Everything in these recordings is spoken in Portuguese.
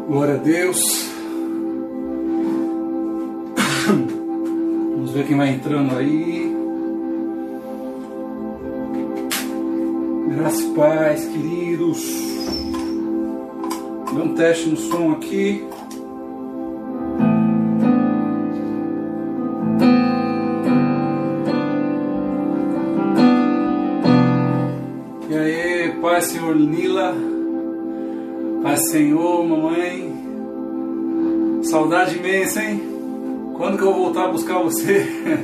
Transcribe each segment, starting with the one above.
Glória a Deus. Vamos ver quem vai entrando aí. Graça e paz, queridos. Dá um teste no som aqui. E aí, Pai, Senhor Nila. Pai, Senhor, mamãe. Saudade imensa, hein? Quando que eu vou voltar a buscar você?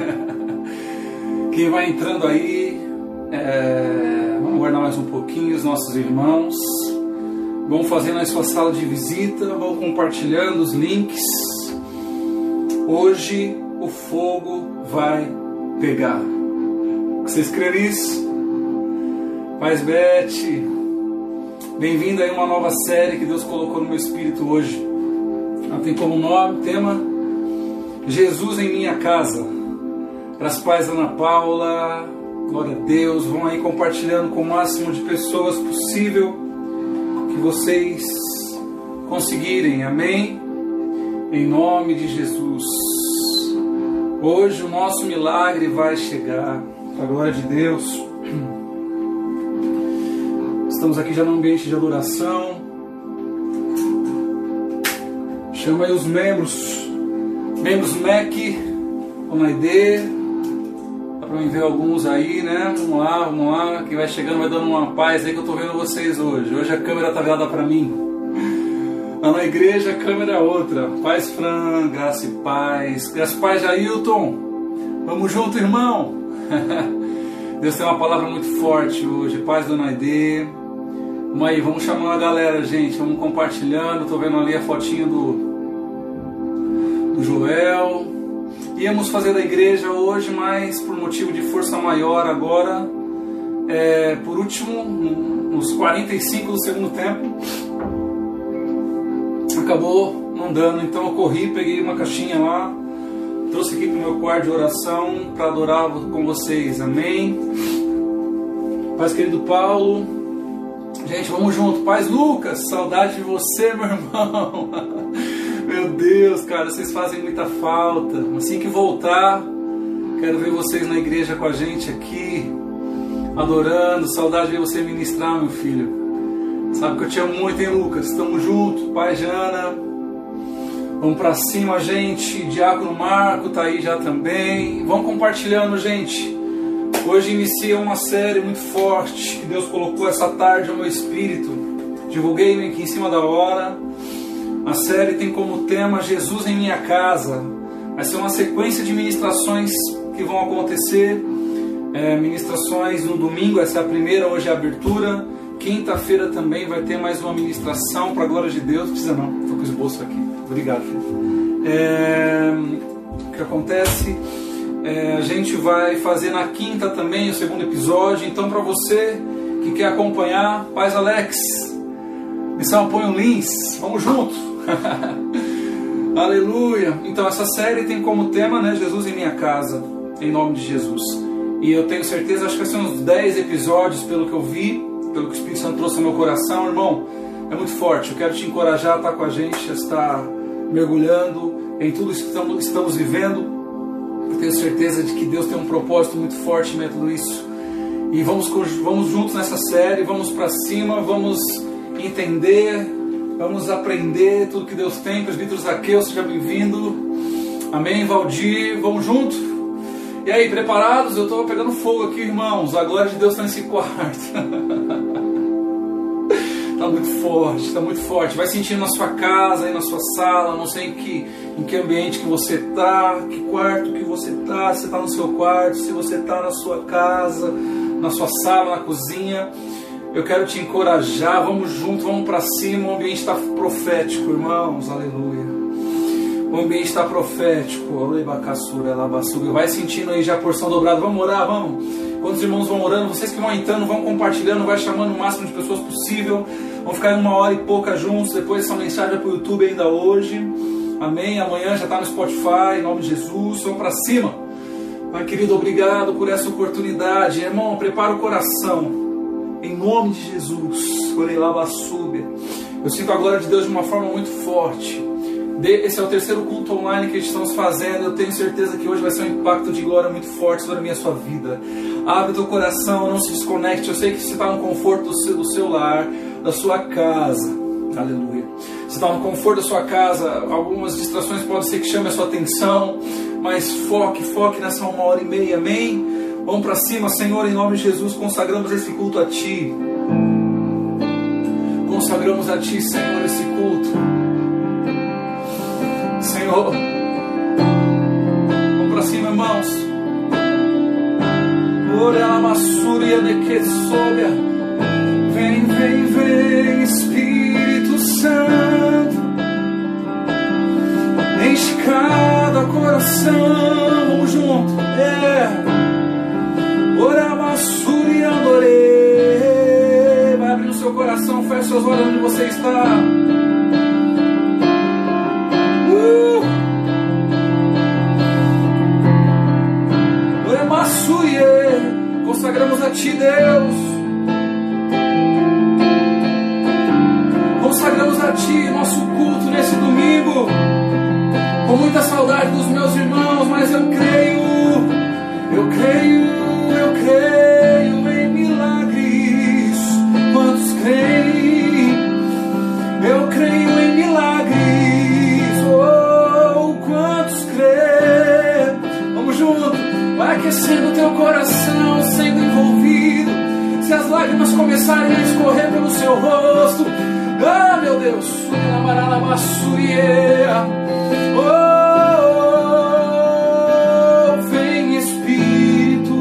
Quem vai entrando aí, vamos guardar mais um pouquinho os nossos irmãos. Vamos fazendo a sua sala de visita, vão compartilhando os links. Hoje o fogo vai pegar. Vocês creem nisso? Paz, Beth. Bem-vindo aí a uma nova série que Deus colocou no meu espírito hoje. Ela tem como nome, tema, Jesus em minha casa. Para as pais Ana Paula, glória a Deus, vão aí compartilhando com o máximo de pessoas possível que vocês conseguirem, amém? Em nome de Jesus. Hoje o nosso milagre vai chegar, para a glória de Deus. Estamos aqui já no ambiente de adoração. Chama aí os membros MEC, ONAID. Dá pra mim ver alguns aí, né? Vamos lá. Quem vai chegando vai dando uma paz aí que eu tô vendo vocês hoje. Hoje a câmera tá virada pra mim. Lá na igreja a câmera é outra. Paz, Fran, graça e paz. Graça e paz, Jailton. Vamos junto, irmão. Deus tem uma palavra muito forte hoje. Paz do ONAID. Vamos aí, vamos chamando a galera, gente. Vamos compartilhando. Tô vendo ali a fotinha do Joel. Íamos fazer da igreja hoje, mas por motivo de força maior agora, por último, nos 45 do segundo tempo, acabou não dando. Então eu corri, peguei uma caixinha lá, trouxe aqui pro meu quarto de oração para adorar com vocês, amém? Paz, querido Paulo. Gente, vamos junto. Paz, Lucas, saudade de você, meu irmão. Meu Deus, cara, vocês fazem muita falta. Assim que voltar, quero ver vocês na igreja com a gente aqui, adorando. Saudade de ver você ministrar, meu filho. Sabe que eu te amo muito, hein, Lucas? Tamo junto. Pai, Jana. Vamos pra cima, gente. Diácono Marco tá aí já também. Vamos compartilhando, gente. Hoje inicia uma série muito forte que Deus colocou essa tarde ao meu espírito. Divulguei aqui em cima da hora. A série tem como tema Jesus em minha casa. Vai ser uma sequência de ministrações que vão acontecer. Ministrações no domingo, essa é a primeira, hoje é a abertura. Quinta-feira também vai ter mais uma ministração, para a glória de Deus. Não precisa não, estou com o esboço aqui. Obrigado, filho. O que acontece? A gente vai fazer na quinta também o segundo episódio. Então, para você que quer acompanhar, Paz Alex, missão Apoio Lins, vamos junto. Aleluia. Então essa série tem como tema, né, Jesus em minha casa, em nome de Jesus. E eu tenho certeza, acho que vai ser uns 10 episódios pelo que eu vi, pelo que o Espírito Santo trouxe ao meu coração. Irmão, é muito forte. Eu quero te encorajar a estar com a gente, a estar mergulhando em tudo isso que estamos vivendo. Eu tenho certeza de que Deus tem um propósito muito forte em meio a tudo isso. E vamos juntos nessa série, vamos para cima, vamos entender, vamos aprender tudo que Deus tem. Presbítero Zaqueu, seja bem-vindo. Amém, Valdir, vamos junto. E aí, preparados? Eu estou pegando fogo aqui, irmãos. A glória de Deus está nesse quarto. Está muito forte. Vai sentindo na sua casa, aí na sua sala, não sei em que ambiente que você está, que quarto que você está, se você está no seu quarto, se você está na sua casa, na sua sala, na cozinha. Eu quero te encorajar, vamos junto, vamos para cima. O ambiente está profético, irmãos, aleluia. O ambiente está profético. Vai sentindo aí já a porção dobrada. Vamos orar, vamos. Quando os irmãos vão orando, vocês que vão entrando, vão compartilhando, vai chamando o máximo de pessoas possível. Vamos ficar em 1h e pouca juntos. Depois essa mensagem vai para o YouTube ainda hoje. Amém. Amanhã já está no Spotify, em nome de Jesus. Vamos para cima. Pai querido, obrigado por essa oportunidade. Irmão, prepara o coração. Em nome de Jesus. Eu sinto a glória de Deus de uma forma muito forte. Esse é o terceiro culto online que estamos fazendo. Eu tenho certeza que hoje vai ser um impacto de glória muito forte sobre a minha sua vida. Abre teu coração, não se desconecte. Eu sei que você está no conforto do seu lar, da sua casa. Aleluia. Você está no conforto da sua casa. Algumas distrações podem ser que chamem a sua atenção, mas foque nessa 1h30, amém? Vamos para cima, Senhor, em nome de Jesus. Consagramos esse culto a Ti. Consagramos a Ti, Senhor, esse culto. Senhor, vamos para cima, irmãos. Ora a massúria de que sobra. Vem, vem, vem, Espírito Santo. Enche cada coração. Vamos junto. Ora a massúria adorei. Vai abrir o seu coração, feche seus olhos onde você está. Consagramos a Ti, Deus. Consagramos a Ti nosso culto nesse domingo. Com muita saudade dos meus irmãos, mas eu creio em milagres. Quantos creem? Eu creio em milagres. Oh, quantos creem? Vamos junto. Vai aquecendo o teu coração, sendo envolvido. Se as lágrimas começarem a escorrer pelo seu rosto, ah, meu Deus, oh, vem Espírito.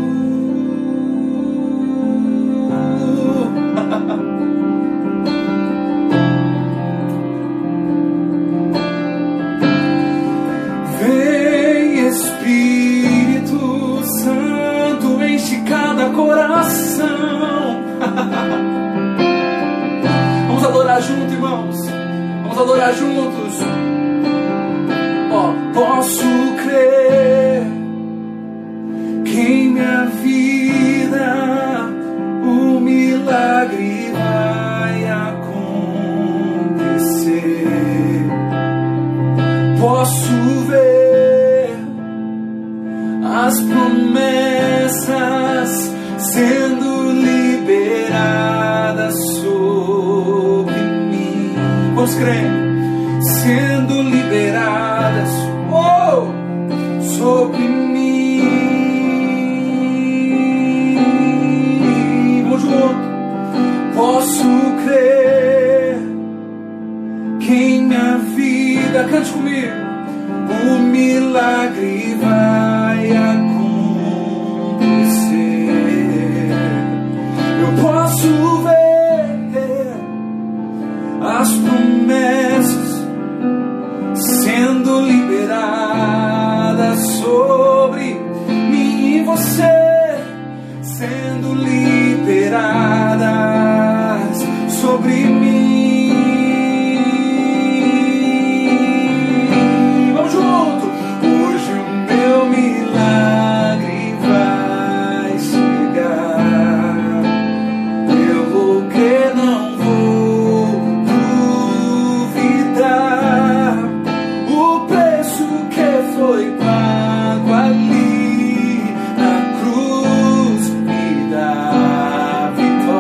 Vem Espírito Santo, enche cada coração. Vamos adorar juntos, irmãos. Vamos adorar juntos. Posso crer que em minha vida o milagre vai acontecer. Posso ver as promessas sendo liberadas sobre mim. Vamos crer, sendo liberadas, oh, sobre mim. Vamos junto. Posso crer que em minha vida, cante comigo, o milagre vai acontecer. Eu posso ver as promessas sendo liberadas sobre mim e você, sendo liberadas sobre mim. Vamos junto. Hoje o meu milagre vai chegar. Eu vou crer, não vou duvidar. O preço que foi pago ali na cruz me dá vitória.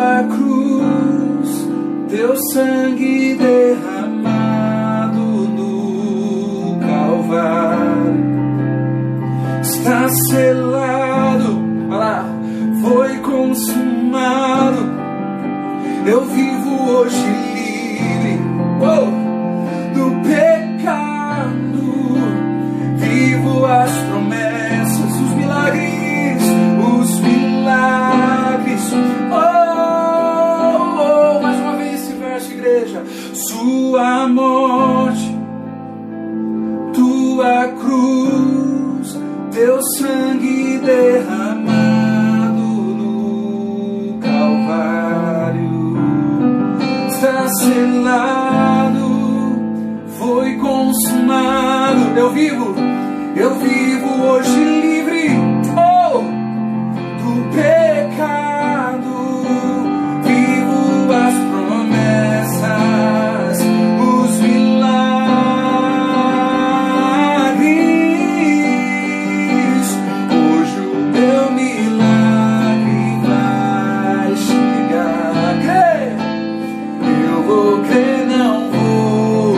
tua cruz, teu sangue derramado no Calvário, está selado, olha lá, foi consumado. Eu vivo hoje livre do pecado, vivo as promessas, os milagres, mais uma vez esse verso, igreja. Sua morte, tua cruz, teu sangue derramado no Calvário, está selado, foi consumado. Eu vivo hoje livre do pecado, vivo as promessas, os milagres. Hoje o meu milagre vai chegar. Eu vou crer, não vou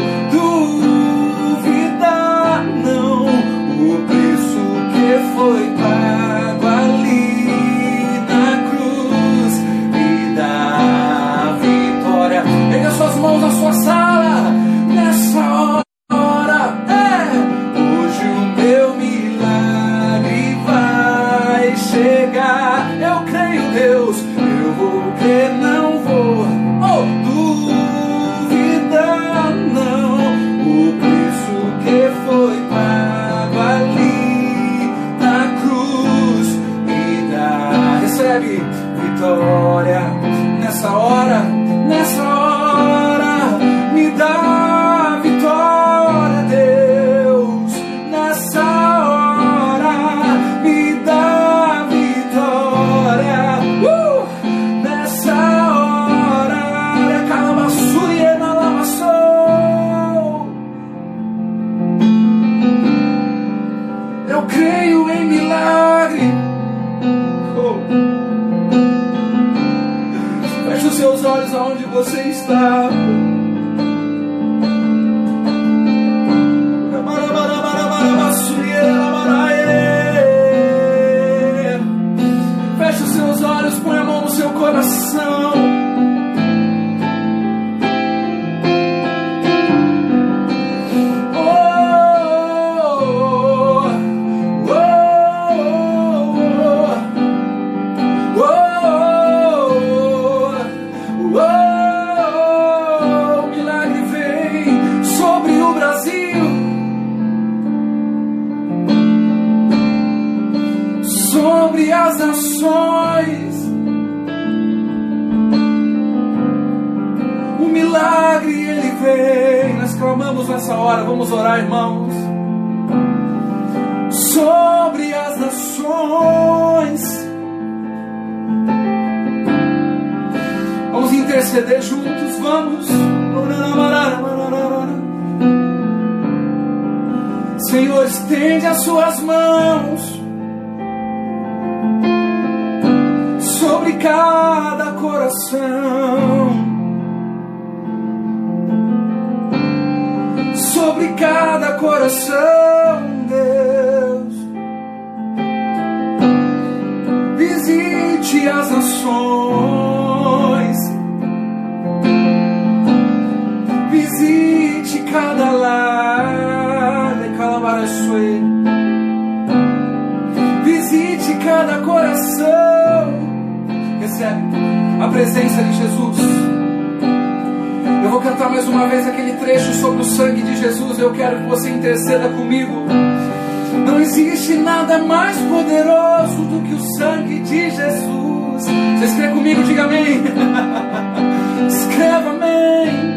duvidar, não. O preço que foi pago ali na cruz me dá vitória. Pega suas mãos na sua sala nessa hora. Hoje o meu milagre vai chegar. Eu creio, Deus, eu vou crer, não vou duvidar, não. O preço que foi pago ali na cruz me dá. Recebe vitória nessa hora, me dá vitória, Deus. Nessa hora, me dá vitória. Nessa hora, calabasuriena lamassou. Eu creio em milagre. Feche os seus olhos aonde você está. Feche os seus olhos, põe a mão no seu coração. O milagre vem sobre o Brasil, sobre as nações. O milagre ele vem. Nós clamamos nessa hora. Vamos orar, irmãos. Sobre as nações. Vamos interceder juntos, vamos. Senhor, estende as suas mãos sobre cada coração, sobre cada coração, Deus. Visite as nações, visite cada lar, visite cada coração. Recebe a presença de Jesus. Eu vou cantar mais uma vez aquele trecho sobre o sangue de Jesus. Eu quero que você interceda comigo. Não existe nada mais poderoso do que o sangue de Jesus. Você escreve comigo, diga amém. Escreva amém.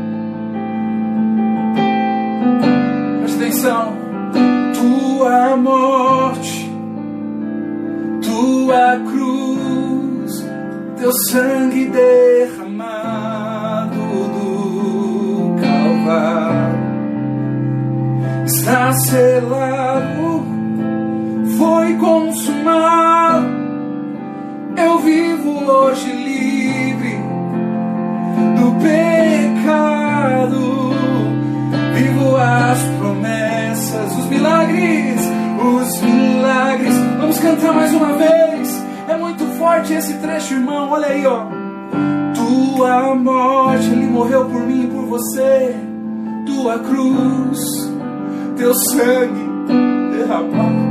Preste atenção. Tua morte, tua cruz, teu sangue derramado do Calvário, está selado, foi consumado. Eu vivo hoje livre cantar mais uma vez. É muito forte esse trecho, irmão. Olha aí, ó. Tua morte, Ele morreu por mim e por você. Tua cruz, teu sangue derramado.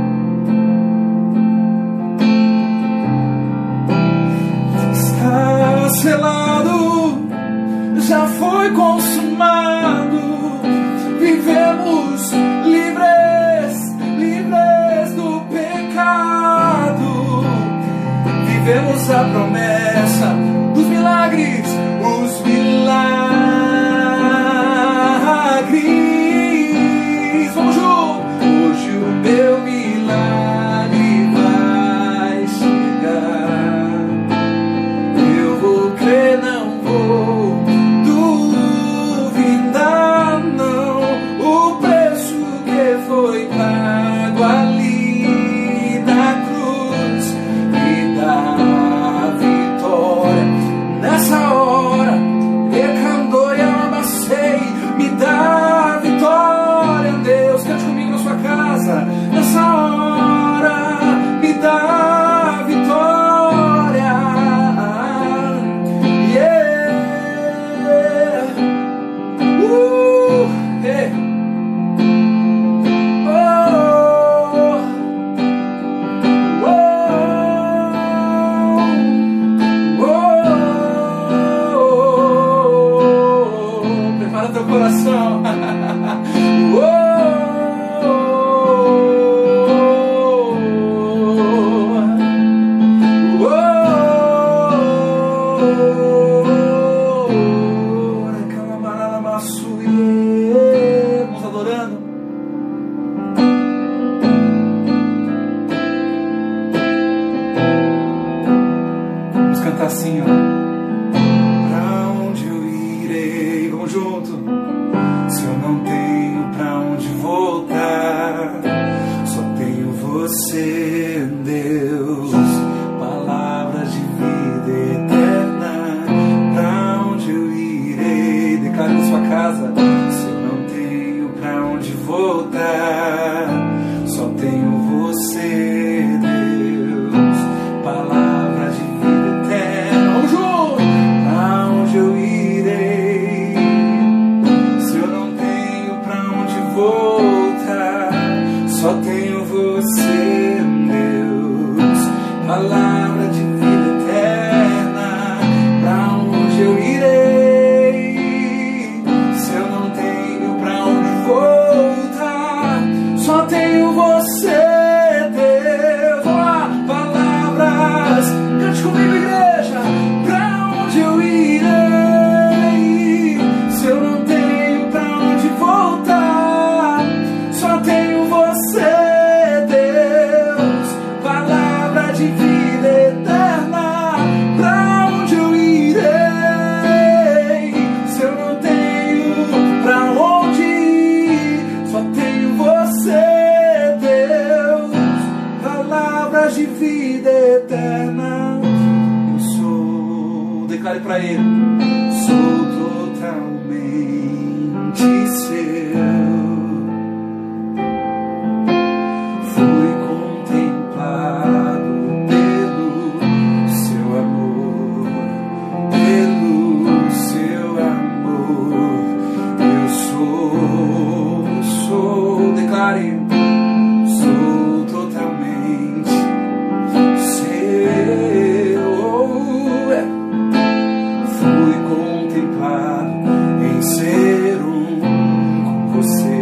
Está selado, já foi consumado. Vivemos livres do pecado. Vivemos a promessa dos milagres, os milagres. Vamos juntos! Hoje o meu milagre vai chegar. Eu vou crer, não vou duvidar, não. O preço que foi pago ali na cruz me dá vitória. Nessa hora, me dá vitória, Deus. Cante comigo na sua casa. Nessa hora, me dá vitória. Yeah. Hey. Oh. Oh. Oh. Prepara teu coração. Vamos adorando. Vamos cantar assim, ó. Pra onde eu irei? Vamos junto. Se eu não tenho pra onde voltar, só tenho você, Deus. Palavras de vida eterna. Pra onde eu irei? Declare na sua casa. Se eu não tenho pra onde voltar, só tenho você, Deus. Palavras de vida eterna. Vamos junto! Pra onde eu irei? Se eu não tenho pra onde voltar, só tenho você, Deus. Palavra de vida eterna. Pra onde eu irei? Se eu não tenho pra onde voltar, só tenho você, Deus. Vamos lá, palavras. Cante comigo, igreja. Pra onde eu irei? Se eu não tenho pra onde voltar, só tenho você, Deus. Palavra de vida eterna. Pra onde eu irei? Se eu não tenho pra onde ir, só tenho você, Deus. Palavras de vida eterna. Eu sou, declare pra Ele, sou totalmente seu. Fui contemplado pelo seu amor, pelo seu amor. Eu sou, declare, sou totalmente seu. Fui contemplado em ser com você.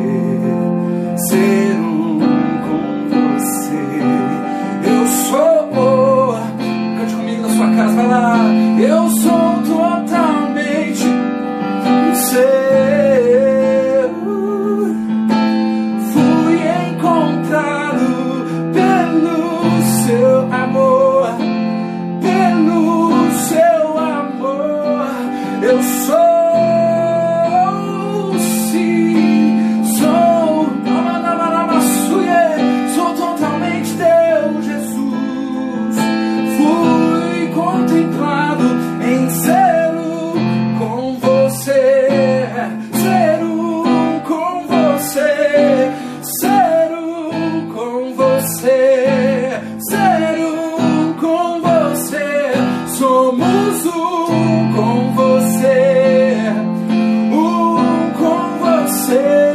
somos um com você, um com você.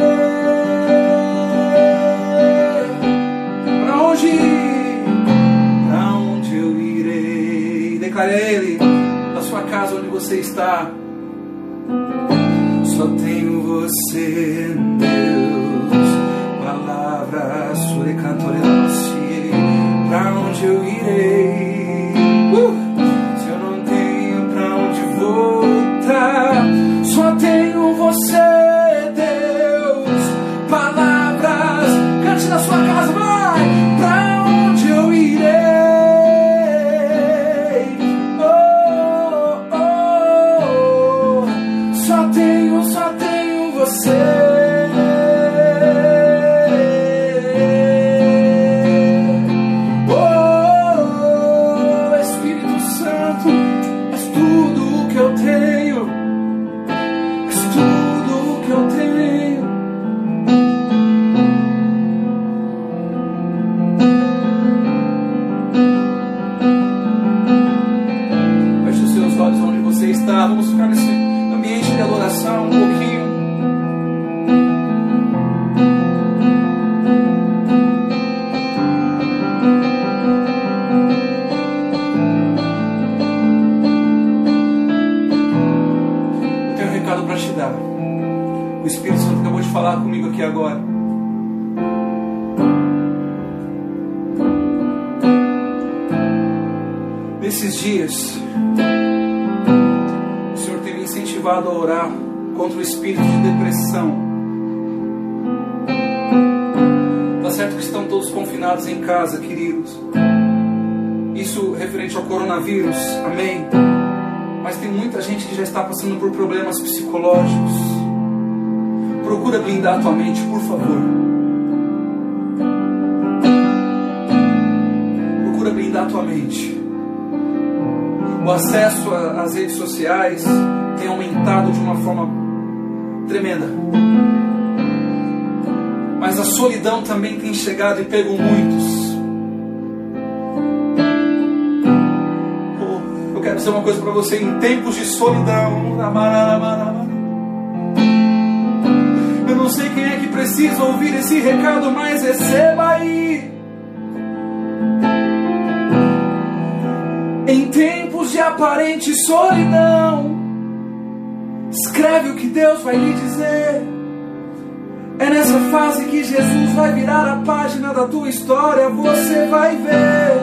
Pra onde eu irei? Declare a Ele, na sua casa onde você está. Só tenho você, Deus. Palavras, surecantore da macie. Pra onde eu irei? Se eu não tenho pra onde voltar, só tenho você, Deus. Palavras, cante na sua casa, vai. Pra onde eu irei? Oh, oh, oh. Só tenho você. Vamos ficar nesse ambiente de adoração um pouquinho. Eu tenho um recado para te dar. O Espírito Santo acabou de falar comigo aqui agora. Nesses dias, a orar contra o espírito de depressão. Tá certo que estão todos confinados em casa, queridos. Isso referente ao coronavírus, amém? Mas tem muita gente que já está passando por problemas psicológicos. Procura blindar a tua mente, por favor. Procura blindar a tua mente. O acesso às redes sociais tem aumentado de uma forma tremenda. Mas a solidão também tem chegado e pego muitos. Eu quero dizer uma coisa para você. Em tempos de solidão, eu não sei quem é que precisa ouvir esse recado, mas receba aí. Em tempos de aparente solidão, escreve o que Deus vai lhe dizer. É nessa fase que Jesus vai virar a página da tua história. Você vai ver.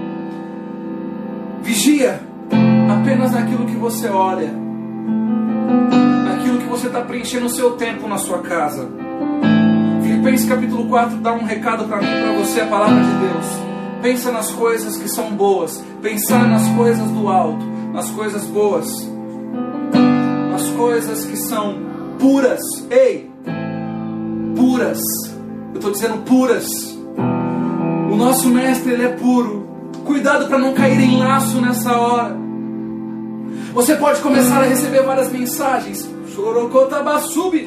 Vigia apenas naquilo que você olha, naquilo que você está preenchendo o seu tempo na sua casa. Filipenses capítulo 4 dá um recado para mim e para você, a palavra de Deus. Pensa nas coisas que são boas. Pensar nas coisas do alto, nas coisas boas, nas coisas que são puras. Ei, puras. Eu estou dizendo puras. O nosso mestre, ele é puro. Cuidado para não cair em laço nessa hora. Você pode começar a receber várias mensagens. Chorocotabassubi.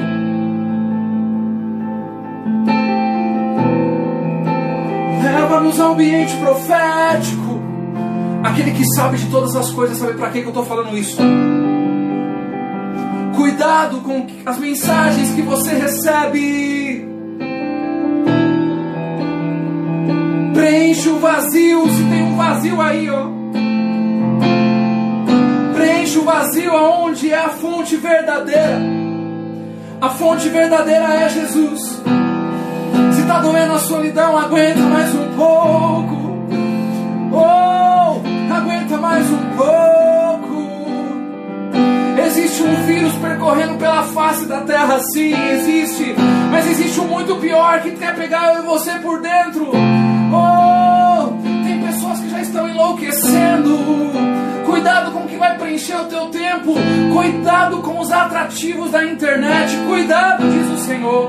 Leva-nos ao ambiente profético. Aquele que sabe de todas as coisas sabe para que eu estou falando isso. Cuidado com as mensagens que você recebe. Preenche o vazio. Se tem um vazio aí, ó, preenche o vazio aonde é a fonte verdadeira. A fonte verdadeira é Jesus. Se está doendo a solidão, aguenta mais um pouco. Oh, aguenta mais um pouco. Existe um vírus percorrendo pela face da terra, sim, existe. Mas existe um muito pior que quer pegar eu e você por dentro. Oh, tem pessoas que já estão enlouquecendo. Cuidado com o que vai preencher o teu tempo. Cuidado com os atrativos da internet. Cuidado, diz o Senhor.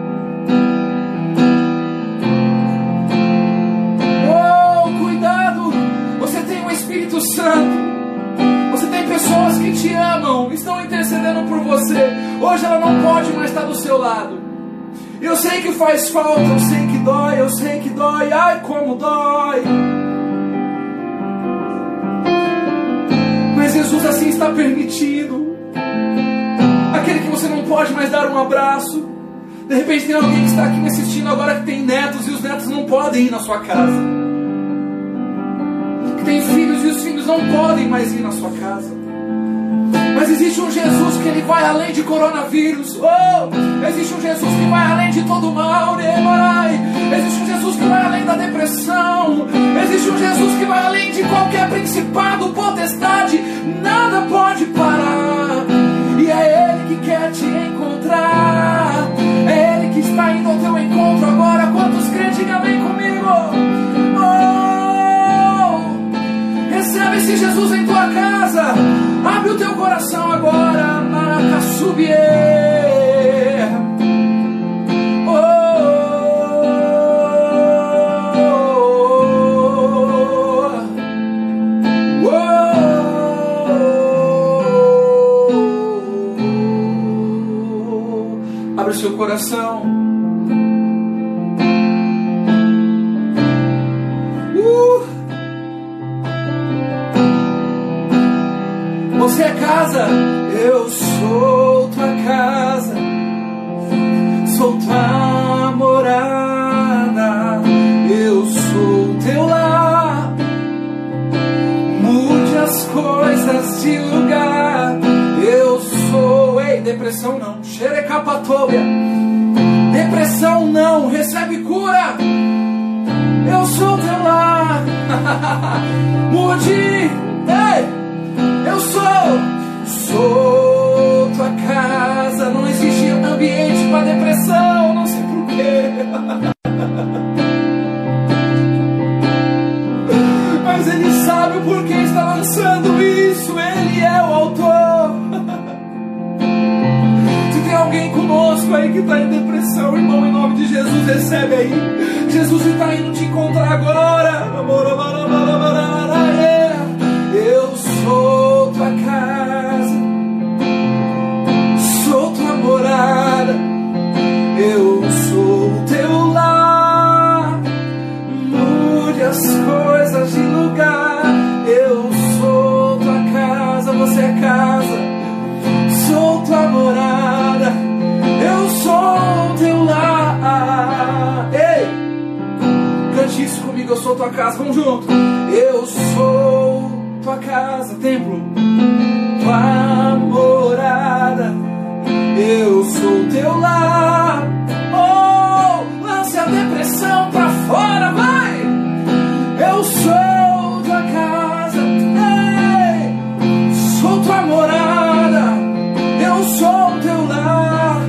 Espírito Santo, você tem pessoas que te amam, estão intercedendo por você. Hoje ela não pode mais estar do seu lado. Eu sei que faz falta, eu sei que dói, ai como dói. Mas assim está permitido. Aquele que você não pode mais dar um abraço. De repente tem alguém que está aqui me assistindo agora que tem netos e os netos não podem ir na sua casa. Que tem filhos e os filhos não podem mais ir na sua casa. Mas existe um Jesus que ele vai além de coronavírus. Oh, existe um Jesus que vai além de todo mal. Existe um Jesus que vai além da depressão. Existe um Jesus que vai além de qualquer principado, potestade. Nada pode parar. E é Ele que quer te encontrar. É Ele que está indo ao teu encontro agora. Quantos creem, diga amém comigo. Oh, recebe esse Jesus em tua casa. Abre o teu coração agora. Maracassubier. Abre o seu coração. Você é casa, eu sou tua casa, sou tua morada, eu sou teu lar. Mude as coisas de lugar, eu sou. Ei, depressão não, xerecapatobia. Depressão não, recebe cura. Eu sou teu lar. Mude, ei. Eu sou tua casa. Não existe ambiente para depressão, não sei porquê. Mas Ele sabe o porquê está lançando isso. Ele é o autor. Se tem alguém conosco aí que está em depressão, irmão, em nome de Jesus, recebe aí. Jesus está indo te encontrar agora. Eu sou tua casa, sou tua morada, eu sou teu lar. Mude as coisas de lugar, eu sou tua casa, você é casa, sou tua morada, eu sou teu lar. Ei, cante isso comigo, eu sou tua casa, vamos junto. Eu sou tua casa, templo, tua morada, eu sou teu lar. Oh, lance a depressão pra fora, vai! Eu sou tua casa, ei, sou tua morada, eu sou teu lar.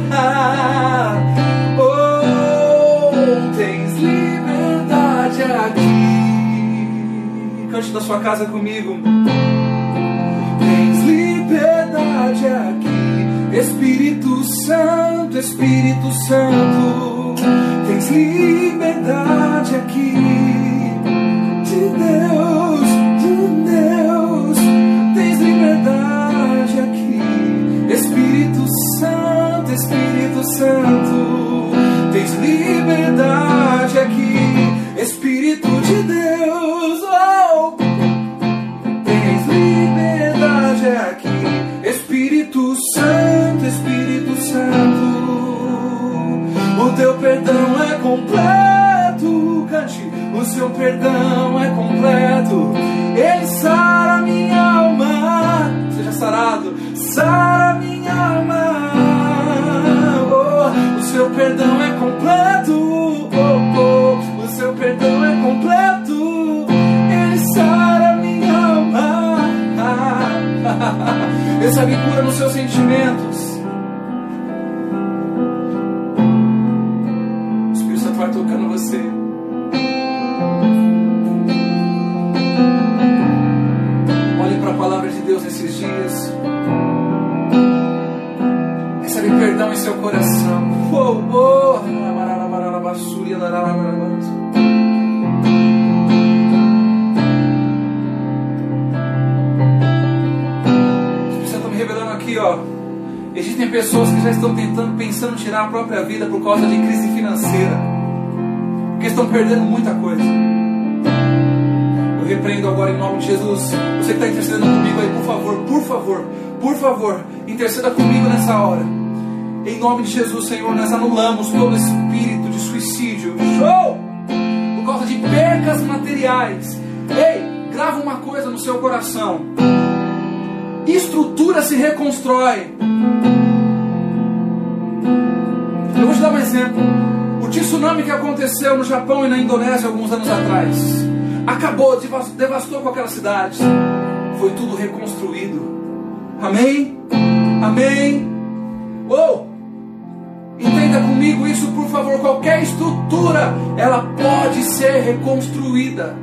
Oh, tens liberdade aqui. Cante da sua casa comigo. Tens liberdade aqui, Espírito Santo, Espírito Santo. Tens liberdade aqui, de Deus, de Deus. Tens liberdade aqui, Espírito Santo, Espírito Santo. Tens liberdade aqui, Espírito de Deus. Oh, tens liberdade aqui, Espírito Santo, Espírito Santo. O teu perdão é completo, cante. O seu perdão é completo. Ele sara minha alma. Seja sarado, sara minha alma. Oh, o seu perdão é completo. Oh, oh, o seu perdão é completo. Ele sara minha alma. Recebe cura nos seus sentimentos. O Espírito Santo vai tocando você. Olhe para a palavra de Deus nesses dias. Recebe perdão em seu coração. Oh, oh. Aqui, ó, existem pessoas que já estão pensando tirar a própria vida por causa de crise financeira, porque estão perdendo muita coisa. Eu repreendo agora em nome de Jesus. Você que está intercedendo comigo aí, por favor, interceda comigo nessa hora. Em nome de Jesus, Senhor, nós anulamos todo espírito de suicídio. Show! Por causa de percas materiais. Ei, grava uma coisa no seu coração. Estrutura se reconstrói. Eu vou te dar um exemplo. O tsunami que aconteceu no Japão e na Indonésia alguns anos atrás acabou, devastou com aquelas cidades. Foi tudo reconstruído. Amém? Amém? Entenda comigo isso, por favor. Qualquer estrutura, ela pode ser reconstruída.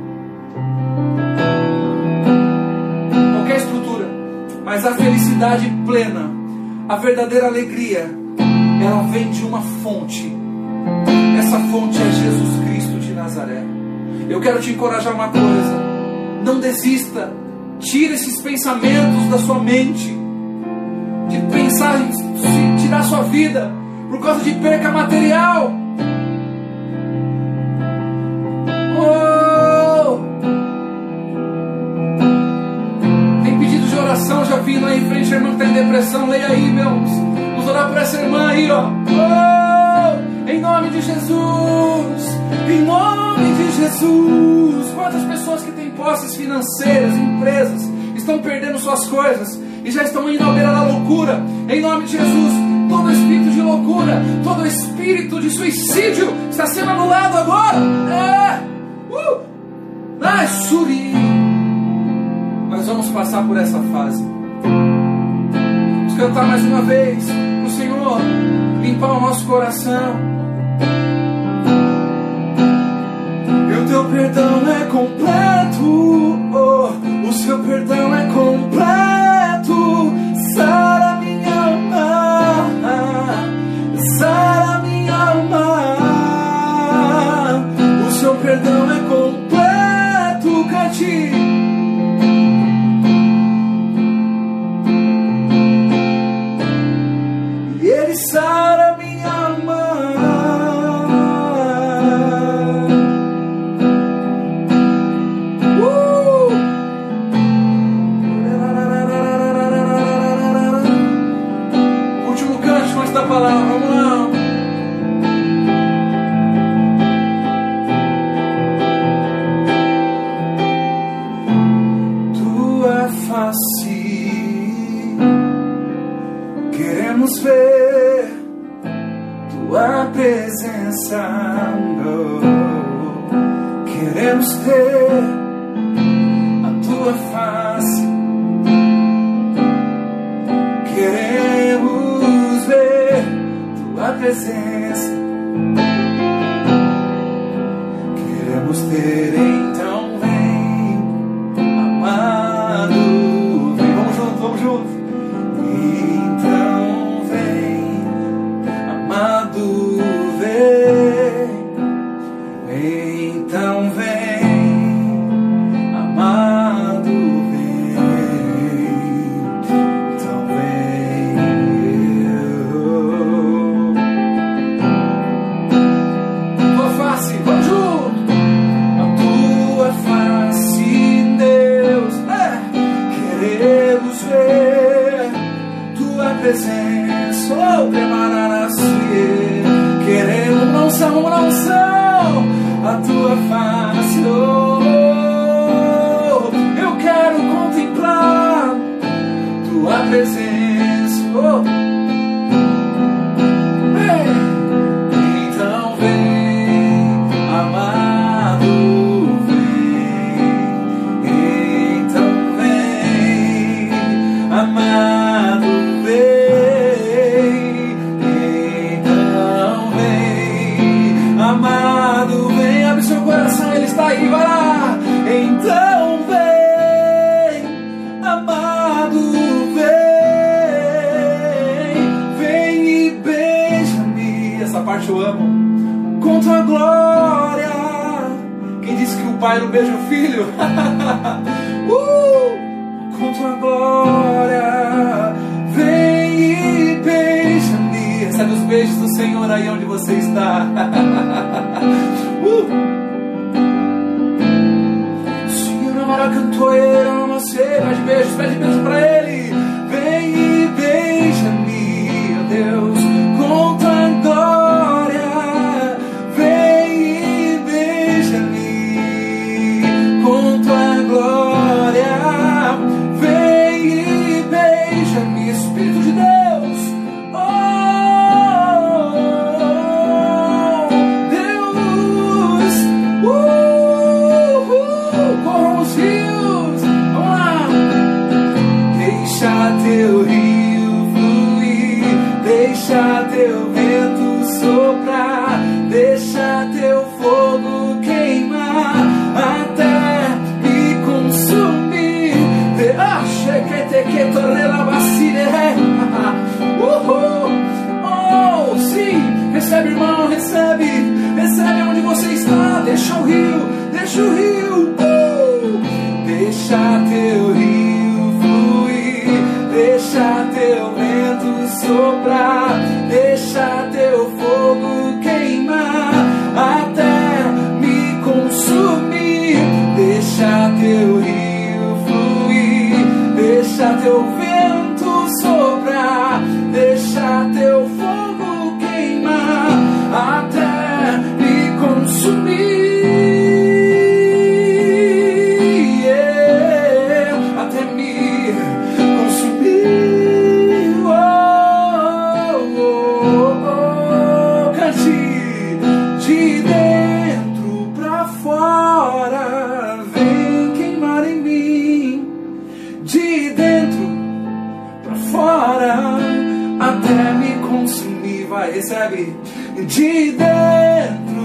Qualquer estrutura. Mas a felicidade plena, a verdadeira alegria, ela vem de uma fonte. Essa fonte é Jesus Cristo de Nazaré. Eu quero te encorajar uma coisa. Não desista. Tire esses pensamentos da sua mente. De pensar em tirar sua vida por causa de perca material. Tem pedido de oração, já vi lá em frente a irmã que está em depressão. Leia aí, meus. Vamos orar por essa irmã aí, ó. Em nome de Jesus. Em nome de Jesus. Quantas pessoas que têm posses financeiras, empresas, estão perdendo suas coisas e já estão indo à beira da loucura. Em nome de Jesus, todo espírito de loucura, todo espírito de suicídio está sendo anulado agora. Suri. Nós vamos passar por essa fase. Vamos cantar mais uma vez para o Senhor limpar o nosso coração. E o teu perdão é completo, o seu perdão é completo. Sara minha alma, sara minha alma. O seu perdão é completo, cante. E ele sara minha alma. Da palavra, vamos lá. Tua face queremos ver, tua presença, queremos ter a tua face, queremos ver tua presença, queremos ter. Então vem, amado, vem, vamos juntos. Então vem, amado, vem. Então vem, amado, vem. Então vem. Tua face, vamos juntos. A tua face, Deus, queremos ver tua presença, queremos unção, a tua face, eu quero contemplar tua presença, então vem, amado, vem, então vem, amado, amado, vem, abre seu coração, Ele está aí, vai lá. Então vem, amado, vem e beija-me. Essa parte eu amo. Com tua glória. Quem disse que o pai não beija o filho? Com tua glória, vem e beija-me. Recebe os beijos do Senhor aí onde você está. Pede beijo pra Ele. Vem e beija-me, ó Deus, com tua glória. Vem e beija-me, com tua glória. Vem e beija-me, Espírito de Deus. Oh, Deus. Corram os rios. Vamos lá. Deixa teu rio fluir, deixa teu vento soprar, deixa teu fogo queimar até me consumir. Oh, sim, recebe, irmão, recebe onde você está. Deixa o rio, deixa o rio. Deixa teu rio fluir, deixa teu vento soprar, deixa teu fogo queimar até me consumir. Deixa teu rio fluir, deixa teu vento soprar, deixa teu fogo queimar até me consumir. Recebe de dentro,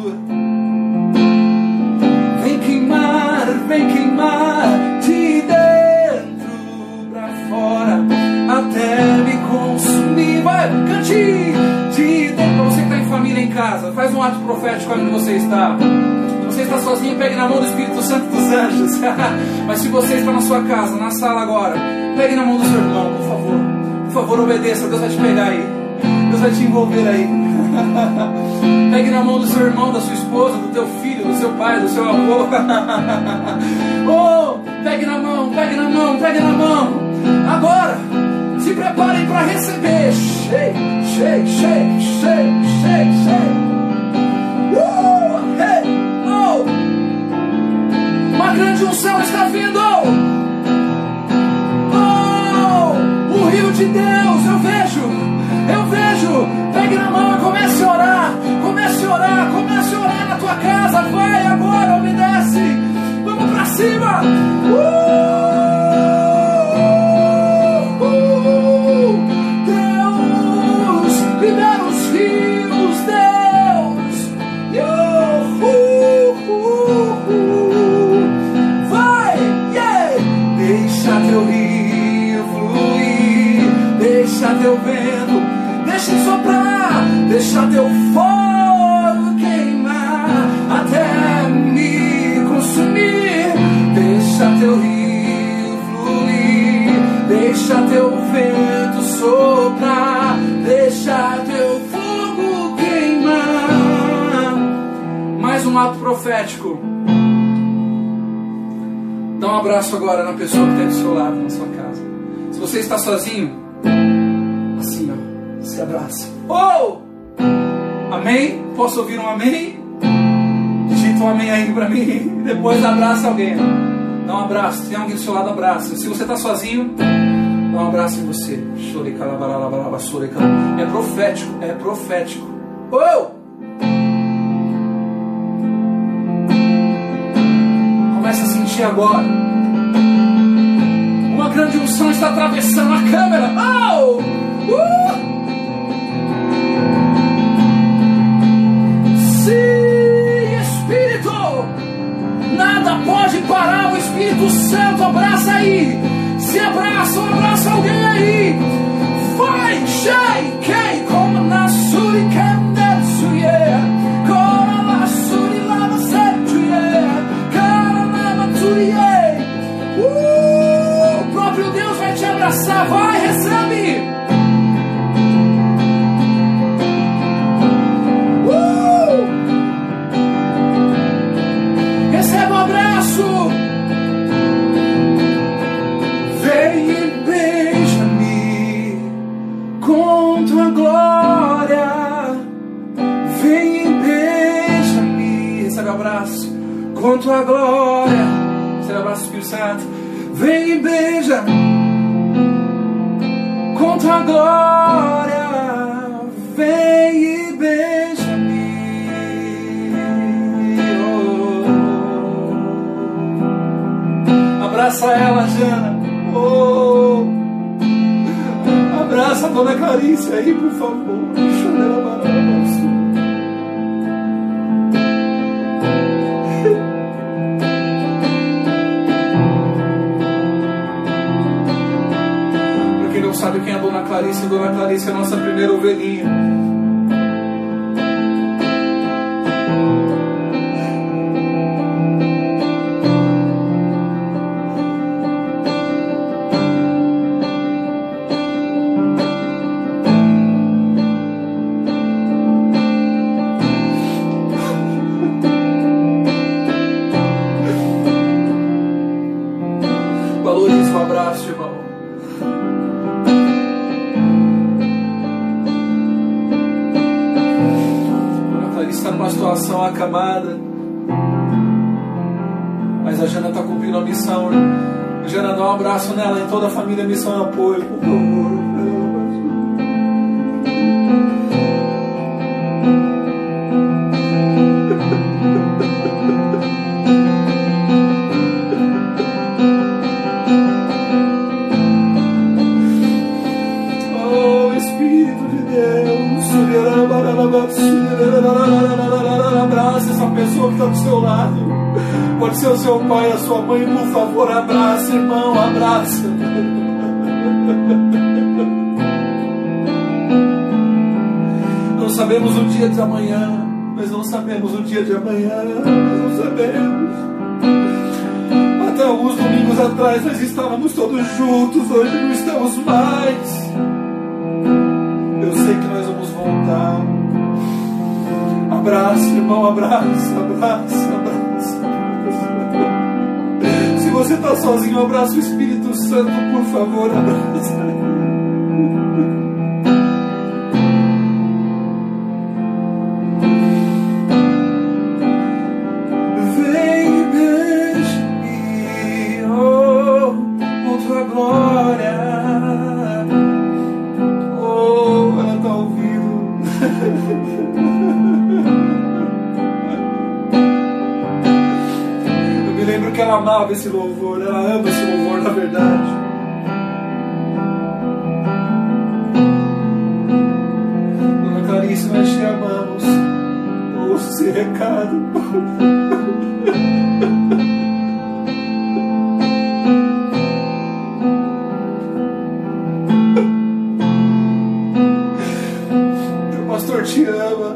vem queimar de dentro pra fora até me consumir. Vai, cante de dentro. Você que está em família em casa, faz um ato profético onde você está. Se você está sozinho, pegue na mão do Espírito Santo dos anjos. Mas se você está na sua casa, na sala agora, pegue na mão do seu irmão, por favor. Por favor, obedeça, Deus vai te pegar aí. Deus vai te envolver aí. Pegue na mão do seu irmão, da sua esposa, do teu filho, do seu pai, do seu avô. Oh, pegue na mão, pegue na mão, pegue na mão. Agora, se preparem para receber. Shake, shake, shake, shake, shake, shake. Hey, oh. Uma grande unção está vindo. Oh, o rio de Deus, eu vejo. Pegue na mão e comece a orar. Comece a orar na tua casa. Vai agora, obedece. Vamos pra cima. Deus, libera os rios, Deus. Vai, yeah. Deixa teu rio fluir, deixa teu vento, deixa soprar, deixa teu fogo queimar até me consumir. Deixa teu rio fluir, deixa teu vento soprar, deixa teu fogo queimar. Mais um ato profético. Dá um abraço agora na pessoa que está do seu lado, na sua casa. Se você está sozinho, assim, ó, se abraça. Oh! Amém? Posso ouvir um amém? Digita um amém aí pra mim. Depois abraça alguém. Dá um abraço. Se tem alguém do seu lado, abraça. Se você está sozinho, dá um abraço em você. É profético. É profético. Oh! Começa a sentir agora. Uma grande unção está atravessando a câmera. Oh! Espírito, nada pode parar o Espírito Santo. Abraça aí, se abraça, abraça alguém aí. Vai, shake, como na suri candatsuye, como na suri lava setue, cara na maturie. O próprio Deus vai te abraçar. Vai, recebe. Receba um abraço. com tua glória. Você abraça o Espírito Santo. Vem e beija com tua glória. Vem e beija-me. Oh. Abraça ela, Jana. Oh. Abraça a dona Clarice aí, por favor. Pra quem não sabe quem é a dona Clarice é a nossa primeira ovelhinha. Valorize o abraço, irmão. A Clarice está numa situação acamada, mas a Jana está cumprindo a missão. Jana, dá um abraço nela, em toda a família Missão e Apoio, por favor. Abraça essa pessoa que está do seu lado. Pode ser o seu pai, a sua mãe. Por favor, abraça, irmão, abraça. Não sabemos o dia de amanhã. Nós não sabemos o dia de amanhã. Nós não sabemos. Até alguns domingos atrás nós estávamos todos juntos. Hoje não estamos mais. Eu sei que nós vamos voltar. Abraça, irmão, abraça. Se você está sozinho, abraça o Espírito Santo, por favor, abraça. Vem, beije-me, oh, com tua glória. Oh, ela está ouvindo. Lembro que ela amava esse louvor, ela ama esse louvor, na verdade. Dona Clarice, nós te amamos. Ouça esse recado. O pastor te ama.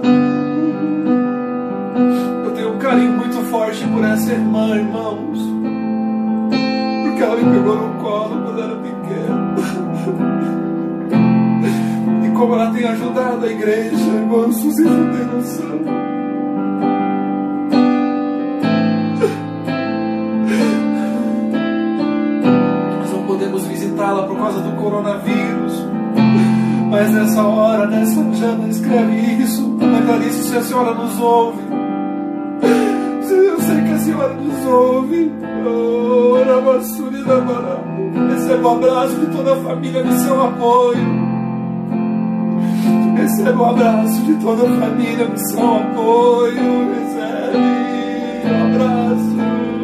Carinho muito forte por essa irmã, irmãos, porque ela me pegou no colo quando era pequena. E como ela tem ajudado a igreja, irmãos, vocês não têm noção. Nós não podemos visitá-la por causa do coronavírus, mas nessa hora, Jana, escreve isso. Dona Clarice, se a senhora nos ouve, eu sei que a senhora nos ouve. Oh, receba o abraço de toda a família Missão Apoio. Receba o abraço de toda a família Missão Apoio. Recebe o abraço.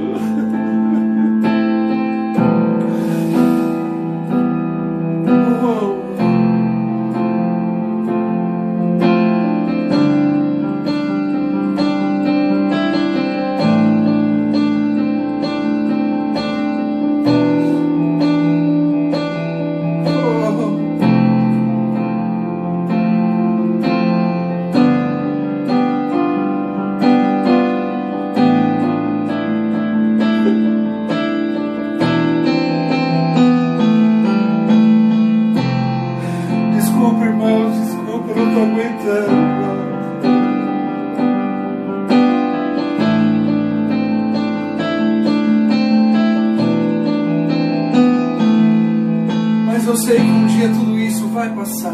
Eu sei que um dia tudo isso vai passar.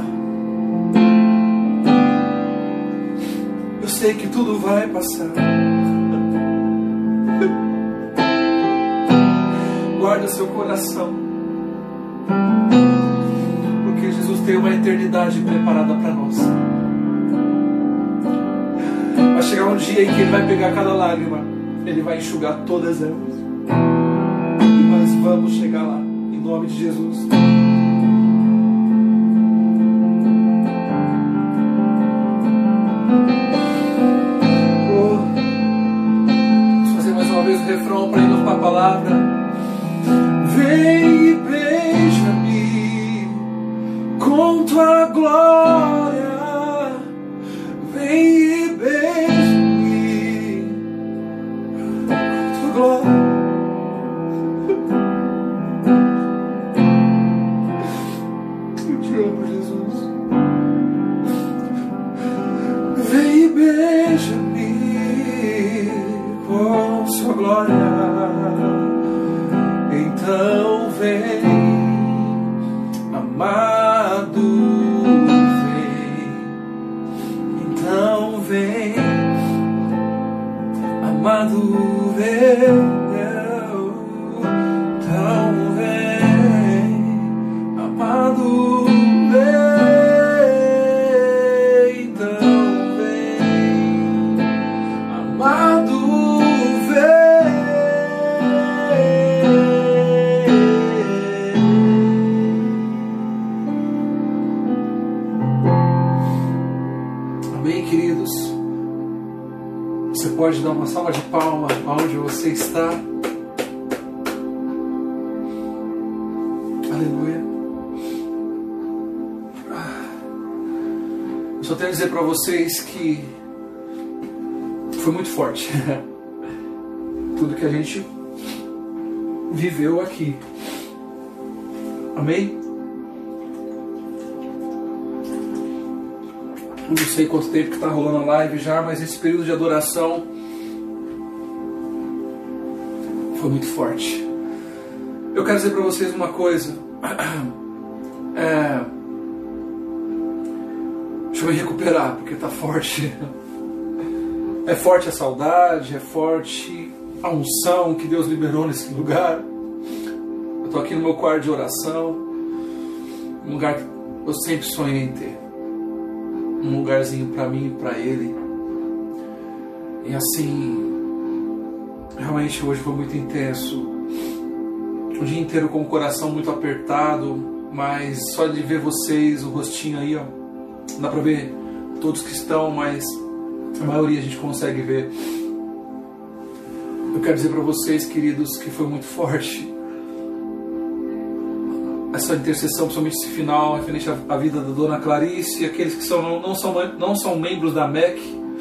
Eu sei que tudo vai passar. Guarda seu coração, porque Jesus tem uma eternidade preparada para nós. Vai chegar um dia em que Ele vai pegar cada lágrima, Ele vai enxugar todas elas, e nós vamos chegar lá, em nome de Jesus. Vamos fazer mais uma vez o refrão para irmos para a palavra. Vem e beija-me com tua glória, vem e beija-me com tua glória. Eu te amo, Jesus. Vem e beija-me com sua glória. Então vem, amado, vem. Então vem, amado, vem. Então vem, amado, vem. Então vem, amado, pode dar uma salva de palmas onde você está. Aleluia. Eu só tenho a dizer para vocês que foi muito forte tudo que a gente viveu aqui. Amém? Eu não sei quanto tempo que está rolando a live já, mas esse período de adoração foi muito forte. Eu quero dizer para vocês uma coisa. Deixa eu me recuperar, porque está forte. É forte a saudade, é forte a unção que Deus liberou nesse lugar. Eu estou aqui no meu quarto de oração, um lugar que eu sempre sonhei em ter. Um lugarzinho para mim e para Ele. E assim, realmente hoje foi muito intenso. O dia inteiro com o coração muito apertado, mas só de ver vocês, o rostinho aí, ó, dá para ver todos que estão, mas a maioria a gente consegue ver. Eu quero dizer para vocês, queridos, que foi muito forte essa intercessão, principalmente esse final, referente à vida da Dona Clarice, e aqueles que não são membros da MEC.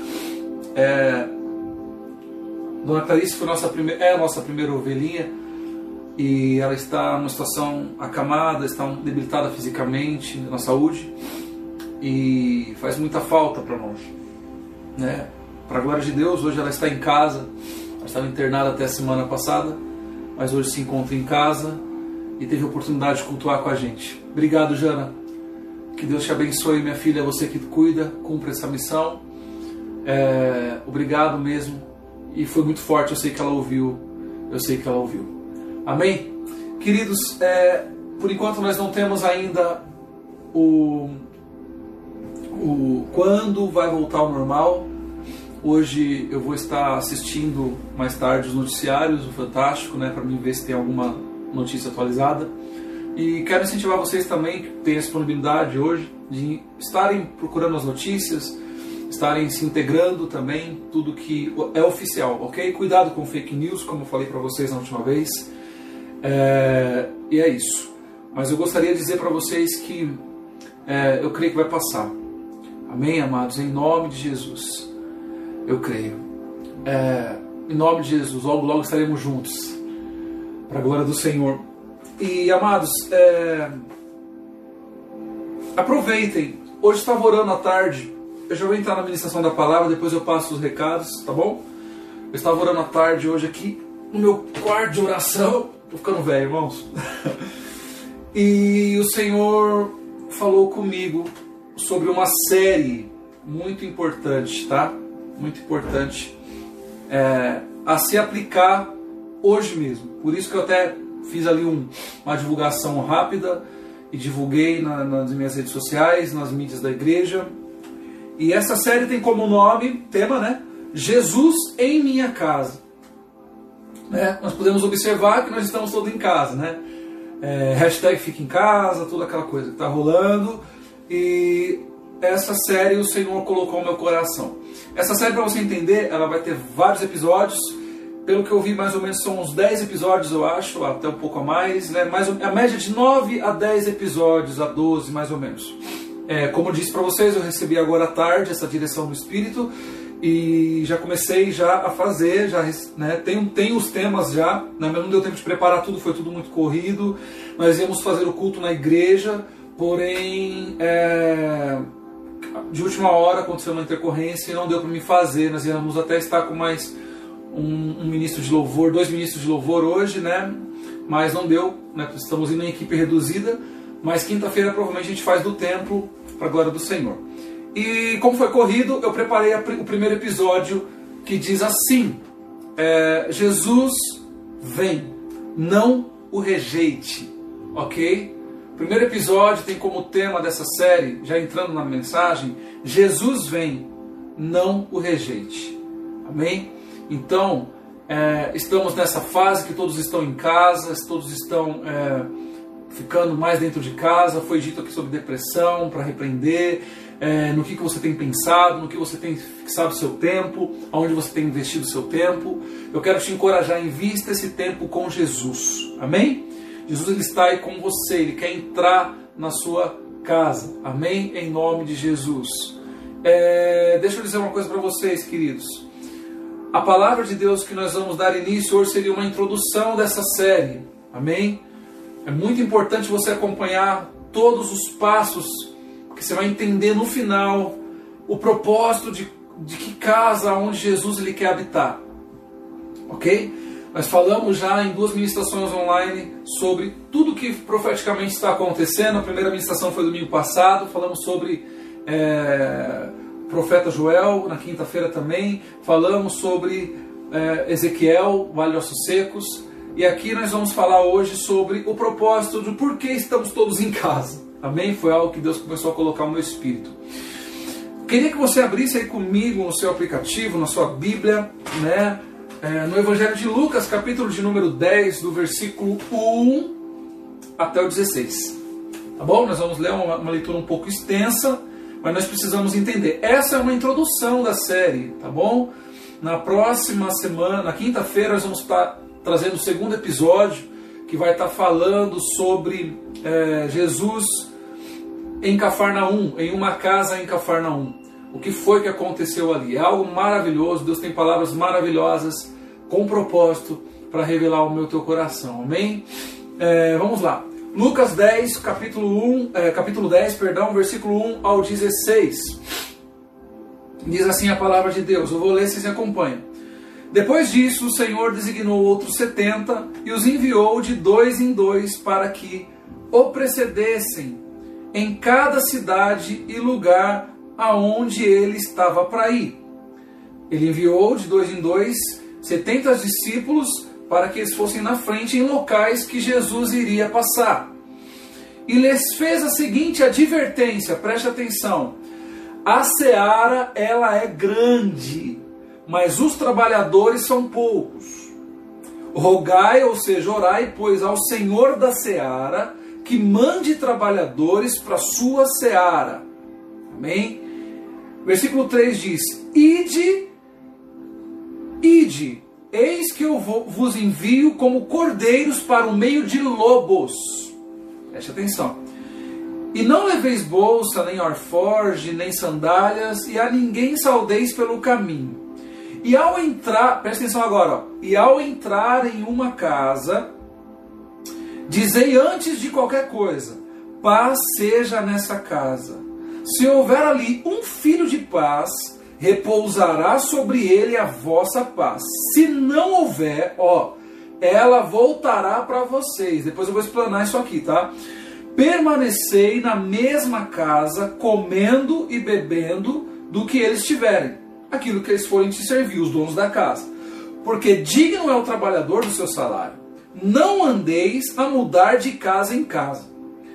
Dona Clarice foi a nossa primeira ovelhinha, e ela está numa situação acamada, está debilitada fisicamente, na saúde, e faz muita falta para nós, né? Para a glória de Deus, hoje ela está em casa. Ela estava internada até a semana passada, mas hoje se encontra em casa e teve a oportunidade de cultuar com a gente. Obrigado, Jana. Que Deus te abençoe, minha filha, você que cuida, cumpre essa missão. Obrigado mesmo. E foi muito forte, eu sei que ela ouviu. Amém? Queridos, por enquanto nós não temos ainda quando vai voltar ao normal. Hoje eu vou estar assistindo mais tarde os noticiários, o Fantástico, né, para mim ver se tem alguma notícia atualizada. E quero incentivar vocês também, que têm a disponibilidade hoje, de estarem procurando as notícias, estarem se integrando também, tudo que é oficial, ok? Cuidado com fake news, como eu falei para vocês na última vez. E é isso. Mas eu gostaria de dizer para vocês que eu creio que vai passar. Amém, amados? Em nome de Jesus. Eu creio. Em nome de Jesus, logo, logo estaremos juntos. Para a glória do Senhor. E, amados, aproveitem. Hoje estava orando à tarde. Eu já vou entrar na ministração da palavra, depois eu passo os recados, tá bom? Eu estava orando à tarde hoje aqui, no meu quarto de oração. Tô ficando velho, irmãos. E o Senhor falou comigo sobre uma série muito importante, tá? Muito importante. a se aplicar hoje mesmo. Por isso que eu até fiz ali uma divulgação rápida e divulguei nas minhas redes sociais, nas mídias da igreja. E essa série tem como nome, tema, né? Jesus em minha casa. Nós podemos observar que nós estamos todos em casa, né? Hashtag fica em casa, toda aquela coisa que está rolando. E essa série o Senhor colocou no meu coração. Essa série, para você entender, ela vai ter vários episódios. Pelo que eu vi, mais ou menos são uns 10 episódios, eu acho, até um pouco a mais, né? A média de 9 a 10 episódios, a 12 mais ou menos. Como eu disse para vocês, eu recebi agora à tarde essa direção do Espírito e já comecei a fazer, né? Tem os temas já, né? Mas não deu tempo de preparar tudo, foi tudo muito corrido. Nós íamos fazer o culto na igreja, porém de última hora aconteceu uma intercorrência e não deu para me fazer. Nós íamos até estar com mais um ministro de louvor, 2 ministros de louvor hoje, né? Mas não deu, né? Estamos indo em equipe reduzida, mas quinta-feira provavelmente a gente faz do templo para a glória do Senhor. E como foi corrido, eu preparei o primeiro episódio que diz assim: Jesus vem, não o rejeite, ok? O primeiro episódio tem como tema dessa série, já entrando na mensagem, Jesus vem, não o rejeite, amém? Então, estamos nessa fase que todos estão em casa, todos estão ficando mais dentro de casa. Foi dito aqui sobre depressão, para repreender, no que você tem pensado, no que você tem fixado o seu tempo, aonde você tem investido o seu tempo. Eu quero te encorajar, invista esse tempo com Jesus, amém? Jesus, ele está aí com você, ele quer entrar na sua casa, amém? Em nome de Jesus. Deixa eu dizer uma coisa para vocês, queridos. A palavra de Deus que nós vamos dar início hoje seria uma introdução dessa série, amém? É muito importante você acompanhar todos os passos, porque você vai entender no final o propósito de que casa onde Jesus ele quer habitar, ok? Nós falamos já em 2 ministrações online sobre tudo que profeticamente está acontecendo. A primeira ministração foi domingo passado, falamos sobre profeta Joel, na quinta-feira também, falamos sobre Ezequiel, Vale de Ossos Secos, e aqui nós vamos falar hoje sobre o propósito de por que estamos todos em casa, amém? Foi algo que Deus começou a colocar no meu espírito. Queria que você abrisse aí comigo no seu aplicativo, na sua Bíblia, né? No Evangelho de Lucas, capítulo de número 10, do versículo 1 até o 16, tá bom? Nós vamos ler uma leitura um pouco extensa, mas nós precisamos entender. Essa é uma introdução da série, tá bom? Na próxima semana, na quinta-feira, nós vamos estar trazendo o segundo episódio, que vai estar falando sobre Jesus em Cafarnaum, em uma casa em Cafarnaum. O que foi que aconteceu ali? É algo maravilhoso, Deus tem palavras maravilhosas, com propósito, para revelar ao teu coração, amém? Vamos lá. Lucas 10, capítulo 10, versículo 1 ao 16. Diz assim a palavra de Deus. Eu vou ler, vocês me acompanham. Depois disso, o Senhor designou outros 70 e os enviou de 2 em 2 para que o precedessem em cada cidade e lugar aonde ele estava para ir. Ele enviou de 2 em 2 70 discípulos para que eles fossem na frente em locais que Jesus iria passar. E lhes fez a seguinte advertência, preste atenção: a seara, ela é grande, mas os trabalhadores são poucos. Rogai, ou seja, orai, pois, ao Senhor da seara, que mande trabalhadores para a sua seara. Amém? Versículo 3 diz: Ide, eis que eu vos envio como cordeiros para o meio de lobos. Preste atenção. E não leveis bolsa, nem alforje, nem sandálias, e a ninguém saudeis pelo caminho. E ao entrar, presta atenção agora, ó, e ao entrar em uma casa, dizei antes de qualquer coisa: paz seja nessa casa. Se houver ali um filho de paz, repousará sobre ele a vossa paz. Se não houver, ela voltará para vocês. Depois eu vou explanar isso aqui, tá? Permanecei na mesma casa, comendo e bebendo do que eles tiverem, aquilo que eles forem te servir, os donos da casa. porque digno é o trabalhador do seu salário. Não andeis a mudar de casa em casa.